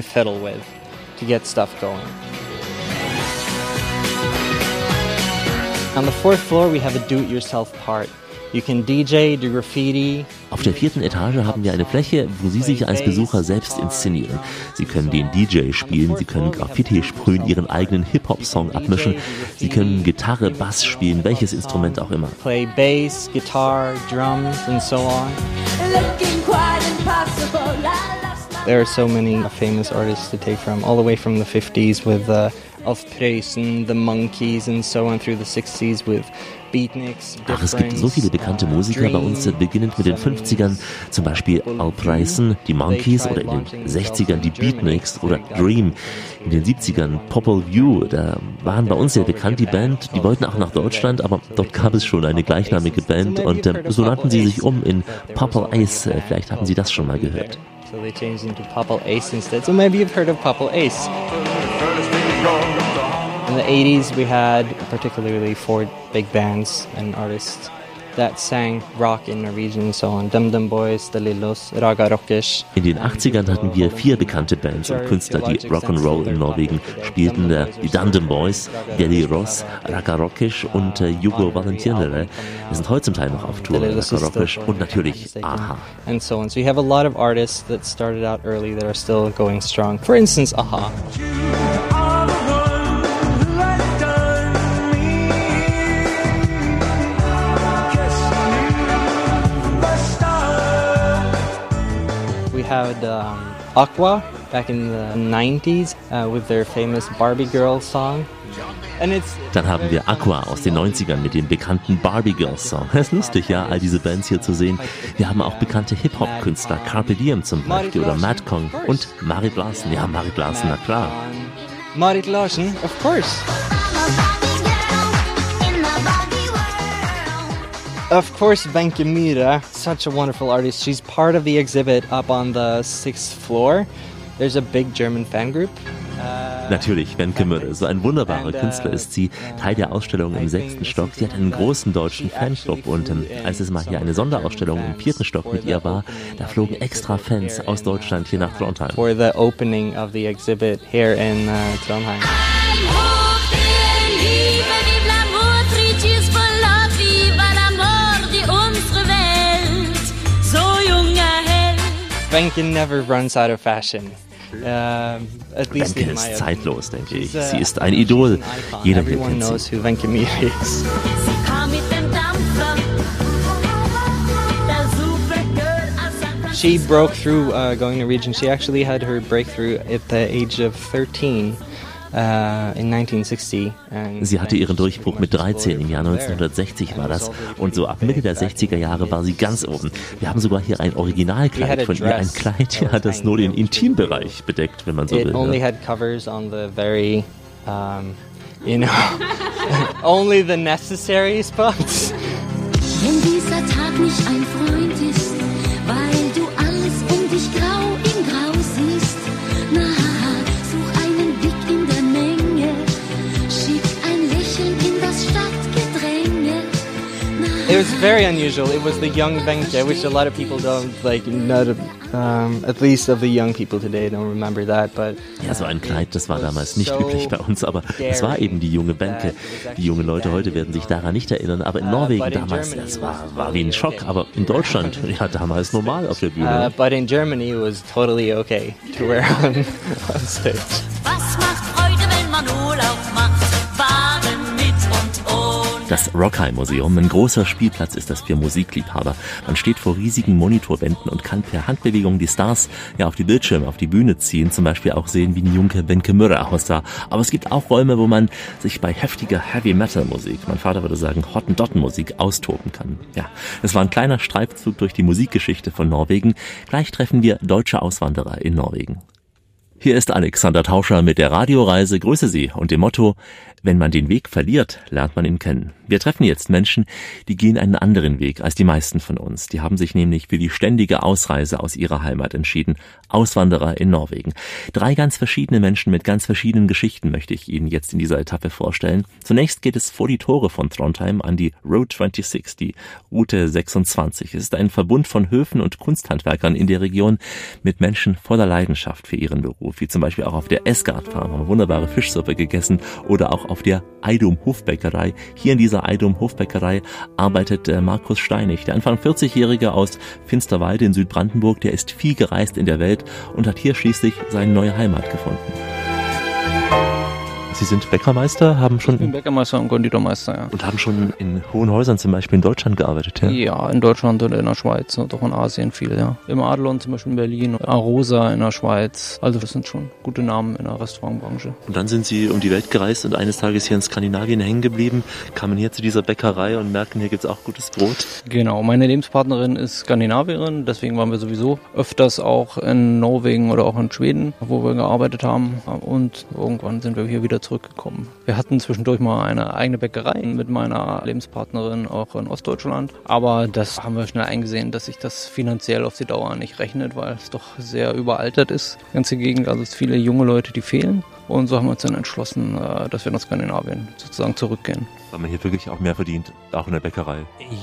On the fourth floor we have a do-it-yourself part. You can D J, do Graffiti. Auf der vierten Etage haben wir eine Fläche, wo Sie sich als Besucher selbst inszenieren. Sie können den D J spielen, Sie können Graffiti sprühen, Ihren eigenen Hip-Hop-Song abmischen. Sie können Gitarre, Bass spielen, welches Instrument auch immer. Play Bass, Guitar, Drums and so on. Looking quite impossible. There are so many famous artists to take from, all the way from the fifties with uh, Alf Preußen, the Monkees and so on through the sixties with Beatniks. Ach, es gibt so viele bekannte Musiker bei uns, beginnend mit den fünfzigern, zum Beispiel Alf Preußen, die Monkees oder in den sechzigern die Beatniks oder Dream. In den siebzigern Popol Vuh, da waren bei uns sehr bekannt die Band, die wollten auch nach Deutschland, aber dort gab es schon eine gleichnamige Band und äh, so nannten sie sich um in Popol Ace. Vielleicht haben Sie das schon mal gehört. So they changed into Popol Ace instead. So maybe you've heard of Popol Ace. In the eighties we had particularly four big bands and artists that sang rock in Norwegian and so on. Dum Dum Boys, The Lillos, Raga Rockers. In den achtzigern hatten wir vier bekannte Bands und Künstler, die Rock'n'Roll in Norwegen spielten. Der, die Dum Dum Boys, Geli Ross, Raga Rockers und äh, Hugo Valentinere. Wir sind heute zum Teil noch auf Tour, Raga Rockers und natürlich Aha. And so on. So we have a lot of artists that started out early that are still going strong. For instance, Aha. We had um, Aqua back in the nineties uh, with their famous Barbie Girl song. And it's Dann haben wir Aqua aus den neunzigern mit dem bekannten Barbie Girl Song. Es ist lustig, ja, all diese Bands hier zu sehen. Wir haben auch bekannte Hip-Hop-Künstler, Carpe Diem zum Beispiel oder Mad Kong und Marit Larsen. Ja, Marit Larsen, na klar. Marit Larsen, of course. Of course, Wenche Myhre, such a wonderful artist. She's part of the exhibit up on the sixth floor. There's a big German fan group. Uh, Natürlich, Wenche Myhre, so ein wunderbarer Künstler ist sie, Teil der Ausstellung im sechsten Stock. Sie hat einen großen deutschen Fanclub und ähm, als es mal hier eine Sonderausstellung im vierten Stock mit ihr war, da flogen extra Fans aus Deutschland hier nach Trondheim. For the opening of the exhibit here in uh, Trondheim. Wenche never runs out of fashion. Uh, at least Wenche in my ist zeitlos, denke ich. She's, uh, Sie ist ein Idol. Jeder will Everyone kennt knows sie. who Wenche Myhre is. She broke through uh, going Norwegian. She actually had her breakthrough at the age of thirteen. Uh, in nineteen sixty. And Sie hatte ihren Durchbruch mit dreizehn, im Jahr neunzehnhundertsechzig war das. Und so ab Mitte der sechziger Jahre war sie ganz oben. Wir haben sogar hier ein Originalkleid von ihr, ein Kleid, ja, das nur den Intimbereich bedeckt, wenn man so It will. only Ja. had covers on the very, um, you know, only the necessary spots. Wenn dieser Tag nicht ein Freund ist, weil du alles um dich grau It was very unusual. It was the young Wenche, which a lot of people don't like. Not, um, at least of the young people today don't remember that. But ja, so ein Kleid, das war damals nicht üblich bei uns, aber es war eben die junge Wenche. Die jungen Leute heute werden sich daran nicht erinnern, aber in Norwegen damals, das war, war wie ein Schock, aber in Deutschland, ja, damals normal auf der Bühne. Uh, but in Germany it was totally okay to wear on, on stage. Was macht Freude, wenn man Urlaub macht? Fahren mit und ohne. Das Rockheim-Museum, ein großer Spielplatz ist das für Musikliebhaber. Man steht vor riesigen Monitorwänden und kann per Handbewegung die Stars ja auf die Bildschirme, auf die Bühne ziehen, zum Beispiel auch sehen, wie die junge Wenche Mürre aussah. Aber es gibt auch Räume, wo man sich bei heftiger Heavy-Metal-Musik, mein Vater würde sagen Hottentotten-Musik, austoben kann. Ja, es war ein kleiner Streifzug durch die Musikgeschichte von Norwegen. Gleich treffen wir deutsche Auswanderer in Norwegen. Hier ist Alexander Tauscher mit der Radioreise. Grüße Sie und dem Motto: Wenn man den Weg verliert, lernt man ihn kennen. Wir treffen jetzt Menschen, die gehen einen anderen Weg als die meisten von uns. Die haben sich nämlich für die ständige Ausreise aus ihrer Heimat entschieden. Auswanderer in Norwegen. Drei ganz verschiedene Menschen mit ganz verschiedenen Geschichten möchte ich Ihnen jetzt in dieser Etappe vorstellen. Zunächst geht es vor die Tore von Trondheim an die Route sechsundzwanzig, die Route sechsundzwanzig. Es ist ein Verbund von Höfen und Kunsthandwerkern in der Region mit Menschen voller Leidenschaft für ihren Beruf, wie zum Beispiel auch auf der Esgard Farm haben wir wunderbare Fischsuppe gegessen oder auch auf der Eidum Hofbäckerei. Hier in dieser Eidum Hofbäckerei arbeitet äh, Markus Steinig, der Anfang vierzig-Jährige aus Finsterwalde in Südbrandenburg, der ist viel gereist in der Welt und hat hier schließlich seine neue Heimat gefunden. Sie sind Bäckermeister, haben schon... Ich bin Bäckermeister und Konditormeister, ja. Und haben schon in hohen Häusern zum Beispiel in Deutschland gearbeitet, ja? Ja, in Deutschland oder in der Schweiz und auch in Asien viel, ja. Im Adlon zum Beispiel in Berlin, Arosa in der Schweiz. Also das sind schon gute Namen in der Restaurantbranche. Und dann sind Sie um die Welt gereist und eines Tages hier in Skandinavien hängen geblieben, kamen hier zu dieser Bäckerei und merken, hier gibt's auch gutes Brot. Genau, meine Lebenspartnerin ist Skandinavierin, deswegen waren wir sowieso öfters auch in Norwegen oder auch in Schweden, wo wir gearbeitet haben. Und irgendwann sind wir hier wieder zurückgekommen. Wir hatten zwischendurch mal eine eigene Bäckerei mit meiner Lebenspartnerin auch in Ostdeutschland, aber das haben wir schnell eingesehen, dass sich das finanziell auf die Dauer nicht rechnet, weil es doch sehr überaltert ist. Die ganze Gegend, also es sind viele junge Leute, die fehlen. Und so haben wir uns dann entschlossen, dass wir nach Skandinavien sozusagen zurückgehen. Weil man hier wirklich auch mehr verdient, auch in der Bäckerei.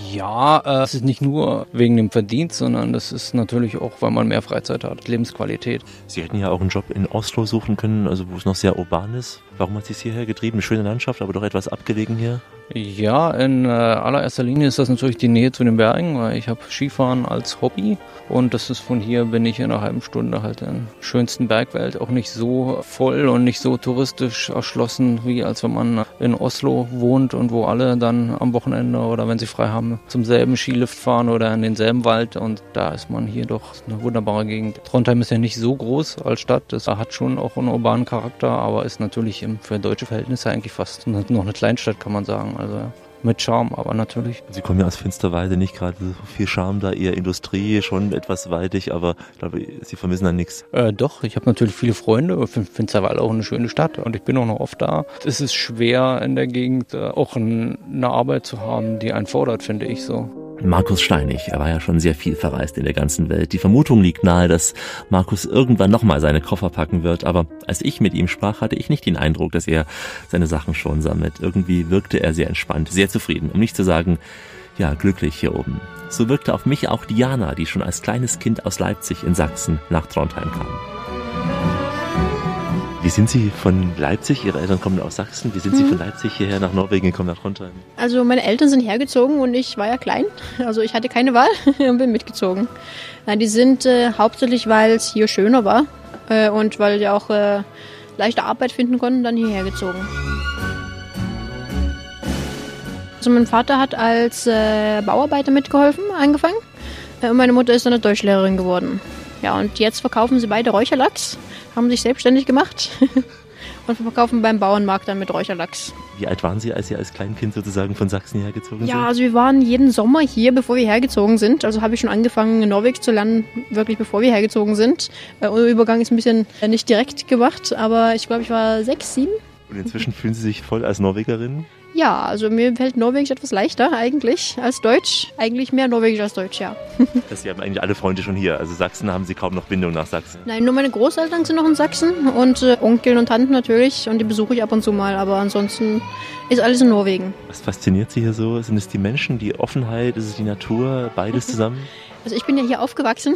Ja, es ist nicht nur wegen dem Verdienst, sondern das ist natürlich auch, weil man mehr Freizeit hat, Lebensqualität. Sie hätten ja auch einen Job in Oslo suchen können, also wo es noch sehr urban ist. Warum hat Sie es hierher getrieben? Eine schöne Landschaft, aber doch etwas abgelegen hier? Ja, in äh, allererster Linie ist das natürlich die Nähe zu den Bergen, weil ich habe Skifahren als Hobby und das ist von hier bin ich in einer halben Stunde halt in der schönsten Bergwelt, auch nicht so voll und nicht so touristisch erschlossen, wie als wenn man in Oslo wohnt und wo alle dann am Wochenende oder wenn sie frei haben zum selben Skilift fahren oder in denselben Wald und da ist man hier doch eine wunderbare Gegend. Trondheim ist ja nicht so groß als Stadt, das hat schon auch einen urbanen Charakter, aber ist natürlich im, für deutsche Verhältnisse eigentlich fast noch eine Kleinstadt, kann man sagen. Also mit Charme, aber natürlich. Sie kommen ja aus Finsterwalde, nicht gerade so viel Charme da, eher Industrie, schon etwas waldig, aber ich glaube, Sie vermissen da nichts. Äh, doch, ich habe natürlich viele Freunde, ich finde Finsterwalde auch eine schöne Stadt und ich bin auch noch oft da. Es ist schwer in der Gegend auch eine Arbeit zu haben, die einen fordert, finde ich so. Markus Steinig, er war ja schon sehr viel verreist in der ganzen Welt. Die Vermutung liegt nahe, dass Markus irgendwann nochmal seine Koffer packen wird, aber als ich mit ihm sprach, hatte ich nicht den Eindruck, dass er seine Sachen schon sammelt. Irgendwie wirkte er sehr entspannt, sehr zufrieden, um nicht zu sagen, ja, glücklich hier oben. So wirkte auf mich auch Diana, die schon als kleines Kind aus Leipzig in Sachsen nach Trondheim kam. Wie sind Sie von Leipzig, Ihre Eltern kommen aus Sachsen, wie sind Sie von Leipzig hierher nach Norwegen gekommen, nach Trondheim? Also meine Eltern sind hergezogen und ich war ja klein, also ich hatte keine Wahl und bin mitgezogen. Die sind äh, hauptsächlich, weil es hier schöner war äh, und weil die auch äh, leichte Arbeit finden konnten, dann hierher gezogen. Also mein Vater hat als äh, Bauarbeiter mitgeholfen, angefangen äh, und meine Mutter ist dann eine Deutschlehrerin geworden. Ja, und jetzt verkaufen sie beide Räucherlachs, haben sich selbstständig gemacht und verkaufen beim Bauernmarkt dann mit Räucherlachs. Wie alt waren Sie, als Sie als Kleinkind sozusagen von Sachsen hergezogen sind? Ja, also wir waren jeden Sommer hier, bevor wir hergezogen sind. Also habe ich schon angefangen, Norwegisch zu lernen, wirklich bevor wir hergezogen sind. Der Übergang ist ein bisschen nicht direkt gemacht, aber ich glaube, ich war sechs, sieben. Und inzwischen fühlen Sie sich voll als Norwegerin? Ja, also mir fällt Norwegisch etwas leichter eigentlich als Deutsch. Eigentlich mehr Norwegisch als Deutsch, ja. Sie haben eigentlich alle Freunde schon hier. Also Sachsen haben Sie kaum noch Bindung nach Sachsen. Nein, nur meine Großeltern sind noch in Sachsen und äh, Onkel und Tanten natürlich und die besuche ich ab und zu mal, aber ansonsten ist alles in Norwegen. Was fasziniert Sie hier so? Sind es die Menschen, die Offenheit, ist es die Natur, beides zusammen? Also ich bin ja hier aufgewachsen.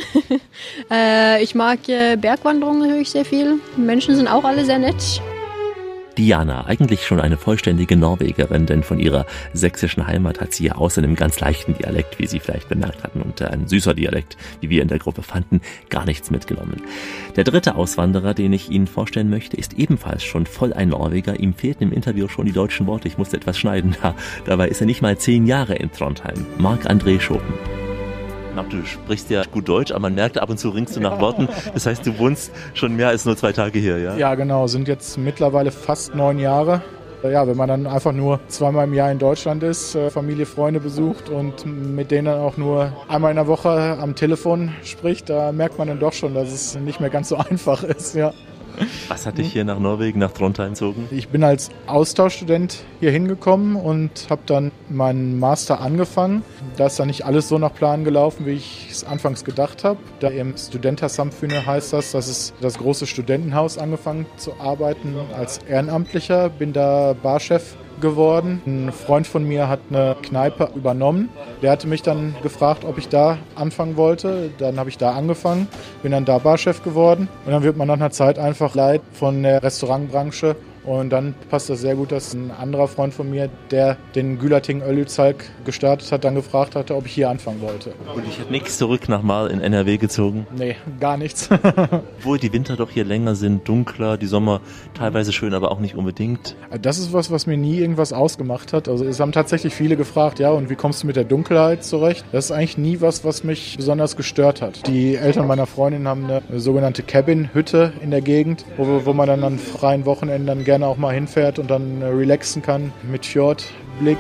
äh, ich mag äh, Bergwanderungen natürlich sehr viel. Die Menschen sind auch alle sehr nett. Diana, eigentlich schon eine vollständige Norwegerin, denn von ihrer sächsischen Heimat hat sie ja außer einem ganz leichten Dialekt, wie Sie vielleicht bemerkt hatten, und ein süßer Dialekt, wie wir in der Gruppe fanden, gar nichts mitgenommen. Der dritte Auswanderer, den ich Ihnen vorstellen möchte, ist ebenfalls schon voll ein Norweger. Ihm fehlten im Interview schon die deutschen Worte, ich musste etwas schneiden. Ja, dabei ist er nicht mal zehn Jahre in Trondheim. Marc-André Schopen. Marc, du sprichst ja gut Deutsch, aber man merkt, ab und zu ringst du nach Worten. Das heißt, du wohnst schon mehr als nur zwei Tage hier, ja? Ja, genau. Sind jetzt mittlerweile fast neun Jahre. Ja, wenn man dann einfach nur zweimal im Jahr in Deutschland ist, Familie, Freunde besucht und mit denen dann auch nur einmal in der Woche am Telefon spricht, da merkt man dann doch schon, dass es nicht mehr ganz so einfach ist, ja. Was hat dich hier nach Norwegen, nach Trondheim gezogen? Ich bin als Austauschstudent hier hingekommen und habe dann meinen Master angefangen. Da ist dann nicht alles so nach Plan gelaufen, wie ich es anfangs gedacht habe. Da im Studentersamfundet heißt das, das ist das große Studentenhaus, angefangen zu arbeiten als Ehrenamtlicher. Bin da Barchef geworden. Ein Freund von mir hat eine Kneipe übernommen. Der hatte mich dann gefragt, ob ich da anfangen wollte. Dann habe ich da angefangen, bin dann da Barchef geworden. Und dann wird man nach einer Zeit einfach leid von der Restaurantbranche. Und dann passt das sehr gut, dass ein anderer Freund von mir, der den Gülating Ölüzalk gestartet hat, dann gefragt hatte, ob ich hier anfangen wollte. Und ich habe nichts zurück nach Mal in N R W gezogen? Nee, gar nichts. Obwohl die Winter doch hier länger sind, dunkler, die Sommer teilweise schön, aber auch nicht unbedingt. Das ist was, was mir nie irgendwas ausgemacht hat. Also es haben tatsächlich viele gefragt, ja, und wie kommst du mit der Dunkelheit zurecht? Das ist eigentlich nie was, was mich besonders gestört hat. Die Eltern meiner Freundin haben eine, eine sogenannte Cabin-Hütte in der Gegend, wo, wo man dann an freien Wochenenden dann gerne auch mal hinfährt und dann relaxen kann mit Fjordblick.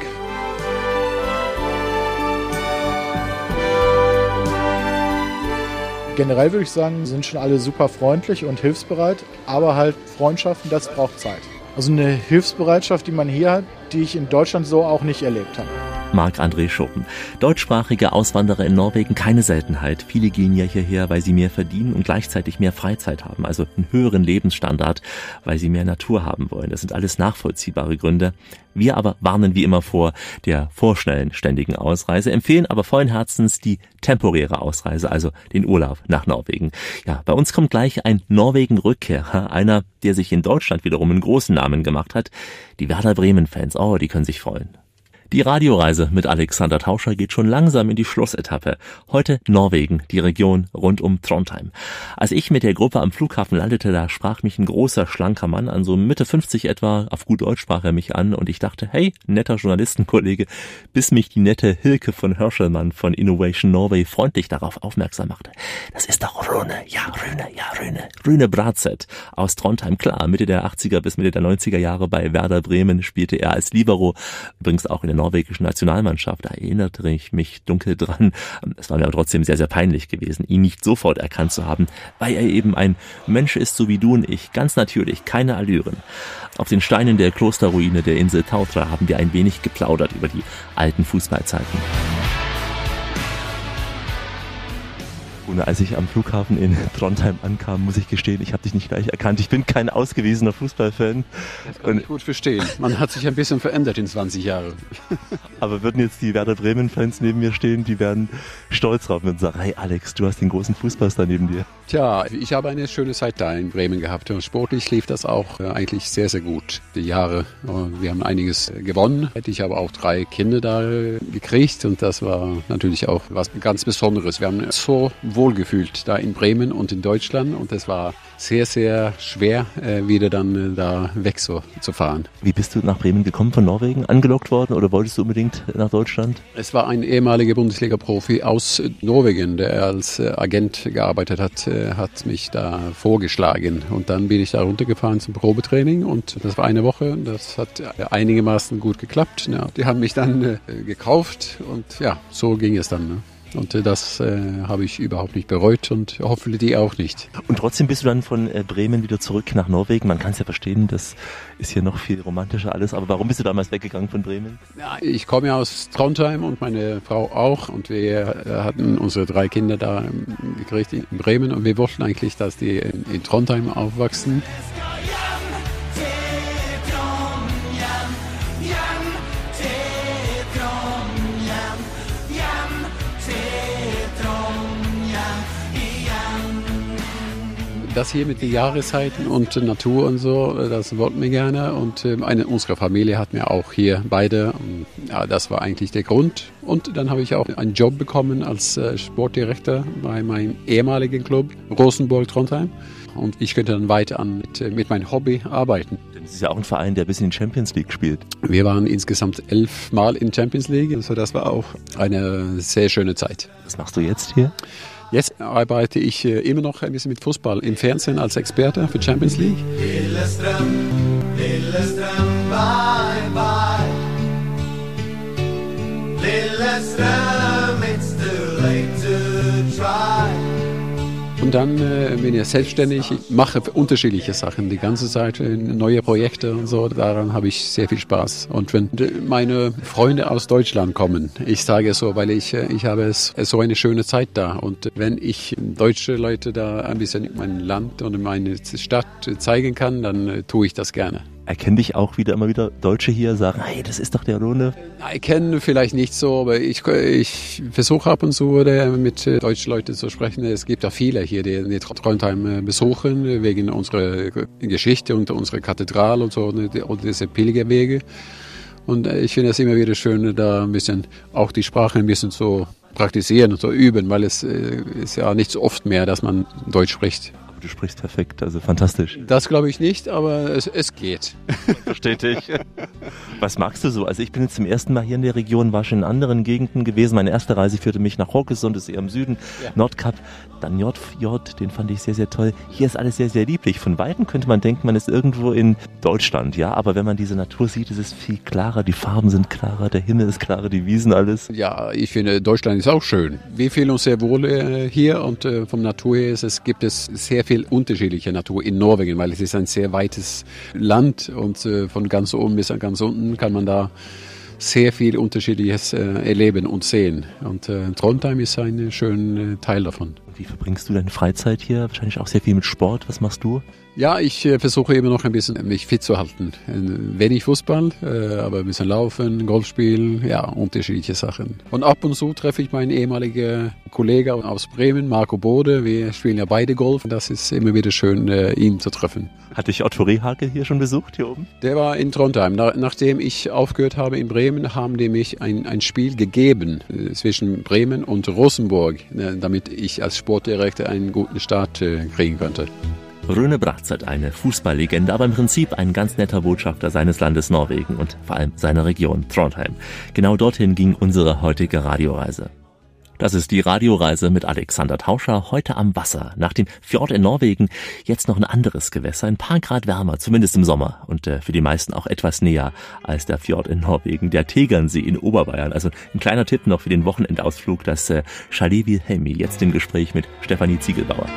Generell würde ich sagen, sind schon alle super freundlich und hilfsbereit, aber halt Freundschaften, das braucht Zeit. Also eine Hilfsbereitschaft, die man hier hat, die ich in Deutschland so auch nicht erlebt habe. Marc-André Schopen. Deutschsprachige Auswanderer in Norwegen, keine Seltenheit. Viele gehen ja hierher, weil sie mehr verdienen und gleichzeitig mehr Freizeit haben, also einen höheren Lebensstandard, weil sie mehr Natur haben wollen. Das sind alles nachvollziehbare Gründe. Wir aber warnen wie immer vor der vorschnellen ständigen Ausreise, empfehlen aber vollen Herzens die temporäre Ausreise, also den Urlaub nach Norwegen. Ja, bei uns kommt gleich ein Norwegen-Rückkehrer, einer, der sich in Deutschland wiederum einen großen Namen gemacht hat. Die Werder Bremen-Fans, oh, die können sich freuen. Die Radioreise mit Alexander Tauscher geht schon langsam in die Schlussetappe. Heute Norwegen, die Region rund um Trondheim. Als ich mit der Gruppe am Flughafen landete, da sprach mich ein großer, schlanker Mann an, so Mitte fünfzig etwa, auf gut Deutsch sprach er mich an und ich dachte, hey, netter Journalistenkollege, bis mich die nette Hilke von Hörschelmann von Innovation Norway freundlich darauf aufmerksam machte. Das ist doch Rune, ja Rune, ja Rune, Rune Bratseth aus Trondheim. Klar, Mitte der achtziger bis Mitte der neunziger Jahre bei Werder Bremen spielte er als Libero, übrigens auch in der norwegischen Nationalmannschaft, da erinnerte ich mich dunkel dran. Es war mir aber trotzdem sehr, sehr peinlich gewesen, ihn nicht sofort erkannt zu haben, weil er eben ein Mensch ist, so wie du und ich, ganz natürlich, keine Allüren. Auf den Steinen der Klosterruine der Insel Tautra haben wir ein wenig geplaudert über die alten Fußballzeiten. Und als ich am Flughafen in Trondheim ankam, muss ich gestehen, ich habe dich nicht gleich erkannt. Ich bin kein ausgewiesener Fußballfan. Das kann ich gut verstehen. Man hat sich ein bisschen verändert in zwanzig Jahren. Aber würden jetzt die Werder Bremen-Fans neben mir stehen, die wären stolz drauf und sagen, hey Alex, du hast den großen Fußballstar neben dir. Tja, ich habe eine schöne Zeit da in Bremen gehabt. Sportlich lief das auch eigentlich sehr, sehr gut. Die Jahre, wir haben einiges gewonnen. Ich habe auch drei Kinder da gekriegt und das war natürlich auch was ganz Besonderes. Wir haben so wohlgefühlt da in Bremen und in Deutschland und es war sehr, sehr schwer, wieder dann da weg so, zu fahren. Wie bist du nach Bremen gekommen, von Norwegen? Angelockt worden oder wolltest du unbedingt nach Deutschland? Es war ein ehemaliger Bundesliga-Profi aus Norwegen, der als Agent gearbeitet hat, hat mich da vorgeschlagen und dann bin ich da runtergefahren zum Probetraining und das war eine Woche, das hat einigermaßen gut geklappt. Ja, die haben mich dann äh, gekauft und ja, so ging es dann. Ne? Und äh, das äh, habe ich überhaupt nicht bereut und hoffe die auch nicht. Und trotzdem bist du dann von äh, Bremen wieder zurück nach Norwegen. Man kann es ja verstehen, das ist hier noch viel romantischer alles. Aber warum bist du damals weggegangen von Bremen? Ja, ich komme ja aus Trondheim und meine Frau auch. Und wir äh, hatten unsere drei Kinder da ähm, gekriegt in Bremen. Und wir wollten eigentlich, dass die in, in Trondheim aufwachsen. Das hier mit den Jahreszeiten und Natur und so, das wollten wir gerne. Und eine, unsere Familie hatten wir auch hier beide. Ja, das war eigentlich der Grund. Und dann habe ich auch einen Job bekommen als Sportdirektor bei meinem ehemaligen Club Rosenborg Trondheim. Und ich könnte dann weiter an mit, mit meinem Hobby arbeiten. Das ist ja auch ein Verein, der bis in die Champions League spielt. Wir waren insgesamt elf Mal in Champions League. Also das war auch eine sehr schöne Zeit. Was machst du jetzt hier? Jetzt arbeite ich äh, immer noch ein bisschen mit Fußball im Fernsehen als Experte für Champions League. Lillestrøm, Lillestrøm, bye bye. Lillestrøm, it's too late to try. Und dann äh, bin ich selbstständig, ich mache unterschiedliche Sachen die ganze Zeit, neue Projekte und so, daran habe ich sehr viel Spaß. Und wenn meine Freunde aus Deutschland kommen, ich sage es so, weil ich, ich habe es, so eine schöne Zeit da. Und wenn ich deutsche Leute da ein bisschen mein Land und meine Stadt zeigen kann, dann äh, tue ich das gerne. Erkennen dich auch wieder immer wieder Deutsche hier, sagen, hey, das ist doch der Rune? Ich kenne vielleicht nicht so, aber ich, ich versuche ab und zu mit deutschen Leuten zu sprechen. Es gibt ja viele hier, die Trondheim besuchen, wegen unserer Geschichte und unserer Kathedrale und so, und diese Pilgerwege. Und ich finde es immer wieder schön, da ein bisschen auch die Sprache ein bisschen zu praktizieren und zu üben, weil es ist ja nicht so oft mehr, dass man Deutsch spricht. Du sprichst perfekt, also fantastisch. Das glaube ich nicht, aber es, es geht. Verstehe ich. Was magst du so? Also ich bin jetzt zum ersten Mal hier in der Region, war schon in anderen Gegenden gewesen. Meine erste Reise führte mich nach Håkesund, das ist eher im Süden, ja. Nordkap, dann Nordfjord, den fand ich sehr, sehr toll. Hier ist alles sehr, sehr lieblich. Von Weitem könnte man denken, man ist irgendwo in Deutschland, ja, aber wenn man diese Natur sieht, ist es viel klarer, die Farben sind klarer, der Himmel ist klarer, die Wiesen, alles. Ja, ich finde, Deutschland ist auch schön. Wir fühlen uns sehr wohl äh, hier und äh, vom Natur her ist es, gibt es sehr viel unterschiedliche Natur in Norwegen, weil es ist ein sehr weites Land und äh, von ganz oben bis ganz unten kann man da sehr viel Unterschiedliches äh, erleben und sehen. Und äh, Trondheim ist ein schöner äh, Teil davon. Wie verbringst du deine Freizeit hier? Wahrscheinlich auch sehr viel mit Sport. Was machst du? Ja, ich äh, versuche immer noch ein bisschen mich fit zu halten. Äh, wenig Fußball, äh, aber ein bisschen Laufen, Golf spielen, ja, unterschiedliche Sachen. Und ab und zu treffe ich meinen ehemaligen Kollegen aus Bremen, Marco Bode. Wir spielen ja beide Golf. Das ist immer wieder schön, äh, ihn zu treffen. Hatte ich Otto Rehhake hier schon besucht, hier oben? Der war in Trondheim. Na, nachdem ich aufgehört habe in Bremen, haben die mich ein, ein Spiel gegeben äh, zwischen Bremen und Rosenborg, äh, damit ich als Sportdirektor einen guten Start äh, kriegen konnte. Rune Bratseth, eine Fußballlegende, aber im Prinzip ein ganz netter Botschafter seines Landes Norwegen und vor allem seiner Region Trondheim. Genau dorthin ging unsere heutige Radioreise. Das ist die Radioreise mit Alexander Tauscher, heute am Wasser. Nach dem Fjord in Norwegen jetzt noch ein anderes Gewässer, ein paar Grad wärmer, zumindest im Sommer. Und äh, für die meisten auch etwas näher als der Fjord in Norwegen, der Tegernsee in Oberbayern. Also ein kleiner Tipp noch für den Wochenendausflug, das äh, Skjalivihjalmi, jetzt im Gespräch mit Stefanie Ziegelbauer.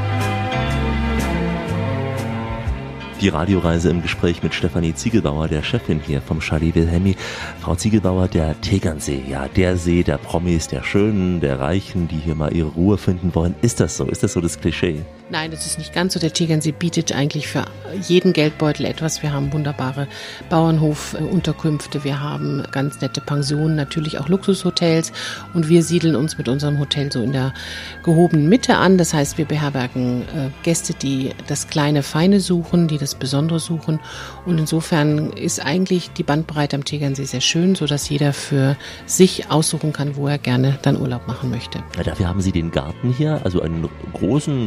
Die Radioreise im Gespräch mit Stefanie Ziegelbauer, der Chefin hier vom Skjalivihjalmi. Frau Ziegelbauer, der Tegernsee, ja, der See der Promis, der Schönen, der Reichen, die hier mal ihre Ruhe finden wollen. Ist das so? Ist das so das Klischee? Nein, das ist nicht ganz so. Der Tegernsee bietet eigentlich für jeden Geldbeutel etwas. Wir haben wunderbare Bauernhofunterkünfte, wir haben ganz nette Pensionen, natürlich auch Luxushotels und wir siedeln uns mit unserem Hotel so in der gehobenen Mitte an. Das heißt, wir beherbergen äh, Gäste, die das kleine Feine suchen, die das Besondere suchen und insofern ist eigentlich die Bandbreite am Tegernsee sehr schön, sodass jeder für sich aussuchen kann, wo er gerne dann Urlaub machen möchte. Ja, dafür haben Sie den Garten hier, also einen großen grünen Garten.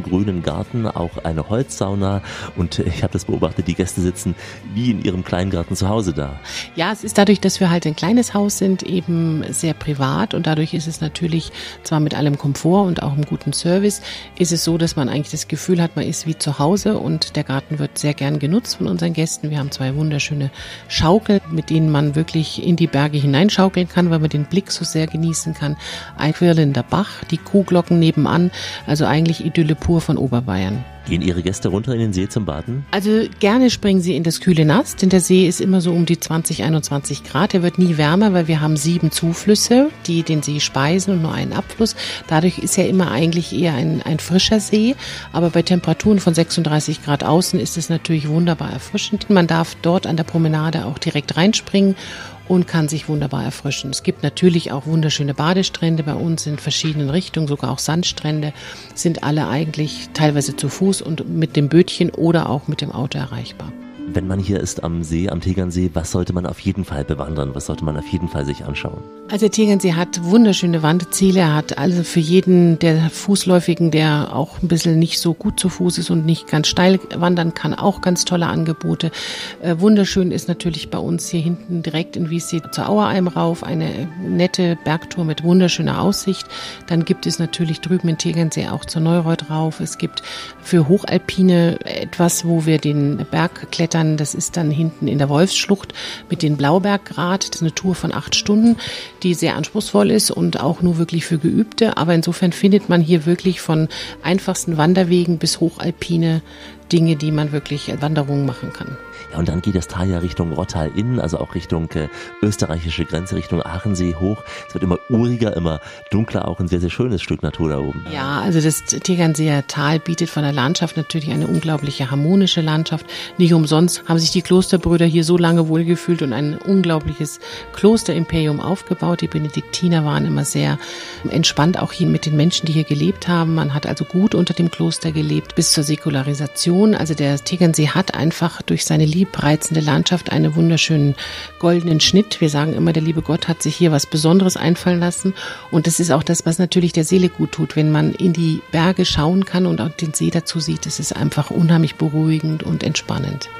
Garten, auch eine Holzsauna und ich habe das beobachtet, die Gäste sitzen wie in ihrem kleinen Garten zu Hause da. Ja, es ist dadurch, dass wir halt ein kleines Haus sind, eben sehr privat und dadurch ist es natürlich zwar mit allem Komfort und auch einem guten Service, ist es so, dass man eigentlich das Gefühl hat, man ist wie zu Hause und der Garten wird sehr gern genutzt von unseren Gästen. Wir haben zwei wunderschöne Schaukeln, mit denen man wirklich in die Berge hineinschaukeln kann, weil man den Blick so sehr genießen kann. Ein quirlender Bach, die Kuhglocken nebenan, also eigentlich Idylle pur von Oberbayern. Gehen Ihre Gäste runter in den See zum Baden? Also gerne springen sie in das kühle Nass, denn der See ist immer so um die zwanzig, einundzwanzig Grad. Er wird nie wärmer, weil wir haben sieben Zuflüsse, die den See speisen und nur einen Abfluss. Dadurch ist er immer eigentlich eher ein, ein frischer See. Aber bei Temperaturen von sechsunddreißig Grad außen ist es natürlich wunderbar erfrischend. Man darf dort an der Promenade auch direkt reinspringen und kann sich wunderbar erfrischen. Es gibt natürlich auch wunderschöne Badestrände bei uns in verschiedenen Richtungen, sogar auch Sandstrände, sind alle eigentlich teilweise zu Fuß und mit dem Bötchen oder auch mit dem Auto erreichbar. Wenn man hier ist am See, am Tegernsee, was sollte man auf jeden Fall bewandern? Was sollte man auf jeden Fall sich anschauen? Also der Tegernsee hat wunderschöne Wanderziele. Er hat also für jeden der Fußläufigen, der auch ein bisschen nicht so gut zu Fuß ist und nicht ganz steil wandern kann, auch ganz tolle Angebote. Äh, wunderschön ist natürlich bei uns hier hinten direkt in Wiessee zur Aueralm rauf, eine nette Bergtour mit wunderschöner Aussicht. Dann gibt es natürlich drüben in Tegernsee auch zur Neureuth rauf. Es gibt für Hochalpine etwas, wo wir den Berg klettern. Das ist dann hinten in der Wolfsschlucht mit den Blauberggrat. Das ist eine Tour von acht Stunden, die sehr anspruchsvoll ist und auch nur wirklich für Geübte. Aber insofern findet man hier wirklich von einfachsten Wanderwegen bis hochalpine Dinge, die man wirklich Wanderungen machen kann. Ja, und dann geht das Tal ja Richtung Rottal-Inn, also auch Richtung äh, österreichische Grenze, Richtung Aachensee hoch. Es wird immer uriger, immer dunkler, auch ein sehr, sehr schönes Stück Natur da oben. Ja, also das Tegernseer Tal bietet von der Landschaft natürlich eine unglaubliche harmonische Landschaft. Nicht umsonst haben sich die Klosterbrüder hier so lange wohlgefühlt und ein unglaubliches Klosterimperium aufgebaut. Die Benediktiner waren immer sehr entspannt, auch hier mit den Menschen, die hier gelebt haben. Man hat also gut unter dem Kloster gelebt, bis zur Säkularisation. Also der Tegernsee hat einfach durch seine liebreizende Landschaft einen wunderschönen goldenen Schnitt. Wir sagen immer, der liebe Gott hat sich hier was Besonderes einfallen lassen. Und das ist auch das, was natürlich der Seele gut tut, wenn man in die Berge schauen kann und auch den See dazu sieht. Das ist einfach unheimlich beruhigend und entspannend.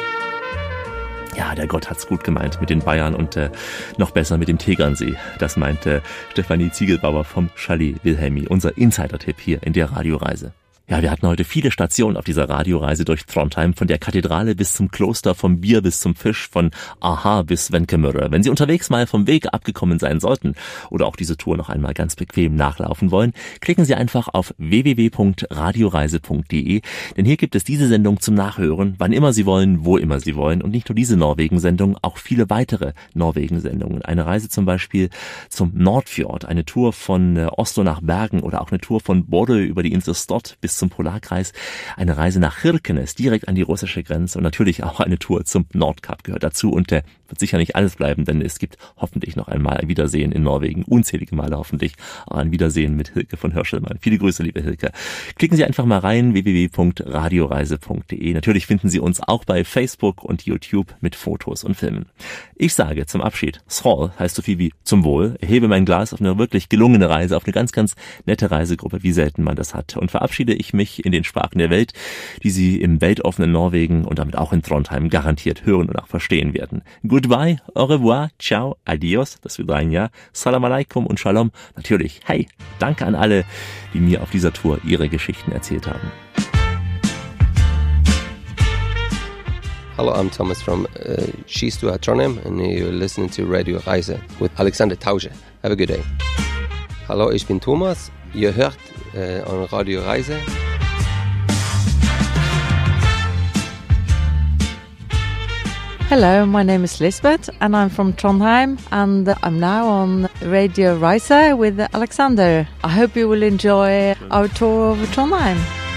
Ja, der Gott hat's gut gemeint mit den Bayern und äh, noch besser mit dem Tegernsee. Das meinte Stefanie Ziegelbauer vom Chalet Wilhelmi, unser Insider-Tipp hier in der Radioreise. Ja, wir hatten heute viele Stationen auf dieser Radioreise durch Trondheim, von der Kathedrale bis zum Kloster, vom Bier bis zum Fisch, von Aha bis Wenkemöre. Wenn Sie unterwegs mal vom Weg abgekommen sein sollten oder auch diese Tour noch einmal ganz bequem nachlaufen wollen, klicken Sie einfach auf w w w punkt radioreise punkt d e, denn hier gibt es diese Sendung zum Nachhören, wann immer Sie wollen, wo immer Sie wollen und nicht nur diese Norwegen-Sendung, auch viele weitere Norwegen-Sendungen. Eine Reise zum Beispiel zum Nordfjord, eine Tour von Oslo nach Bergen oder auch eine Tour von Bodø über die Insel Stad bis zum Polarkreis, eine Reise nach Kirkenes, direkt an die russische Grenze und natürlich auch eine Tour zum Nordkap gehört dazu und der wird sicher nicht alles bleiben, denn es gibt hoffentlich noch einmal ein Wiedersehen in Norwegen, unzählige Male hoffentlich, auch ein Wiedersehen mit Hilke von Hörschelmann. Viele Grüße, liebe Hilke. Klicken Sie einfach mal rein, w w w punkt radioreise punkt d e. Natürlich finden Sie uns auch bei Facebook und YouTube mit Fotos und Filmen. Ich sage zum Abschied, Skål heißt so viel wie zum Wohl, erhebe mein Glas auf eine wirklich gelungene Reise, auf eine ganz, ganz nette Reisegruppe, wie selten man das hat und verabschiede ich mich in den Sprachen der Welt, die Sie im weltoffenen Norwegen und damit auch in Trondheim garantiert hören und auch verstehen werden. Goodbye, au revoir, ciao, adios, das Vidania, salam alaikum und shalom. Natürlich, hey, danke an alle, die mir auf dieser Tour ihre Geschichten erzählt haben. Hello, I'm Thomas from uh, Skistua Trondheim and you're listening to Radio Reise with Alexander Tausche. Have a good day. Hallo, ich bin Thomas. Ihr hört uh, an Radio Reise. Hello, my name is Lisbeth and I'm from Trondheim and I'm now on Radio Reise with Alexander. I hope you will enjoy our tour of Trondheim.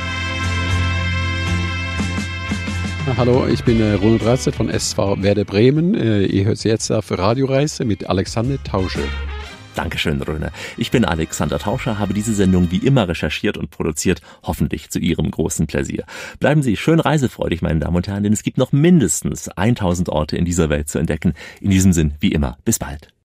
Hallo, ich bin äh, Ronald Ratzet von S V Werder Bremen. Äh, ihr hört jetzt auf Radioreise mit Alexander Tausche. Dankeschön, Röne. Ich bin Alexander Tauscher, habe diese Sendung wie immer recherchiert und produziert, hoffentlich zu Ihrem großen Pläsier. Bleiben Sie schön reisefreudig, meine Damen und Herren, denn es gibt noch mindestens tausend Orte in dieser Welt zu entdecken. In diesem Sinn, wie immer, bis bald.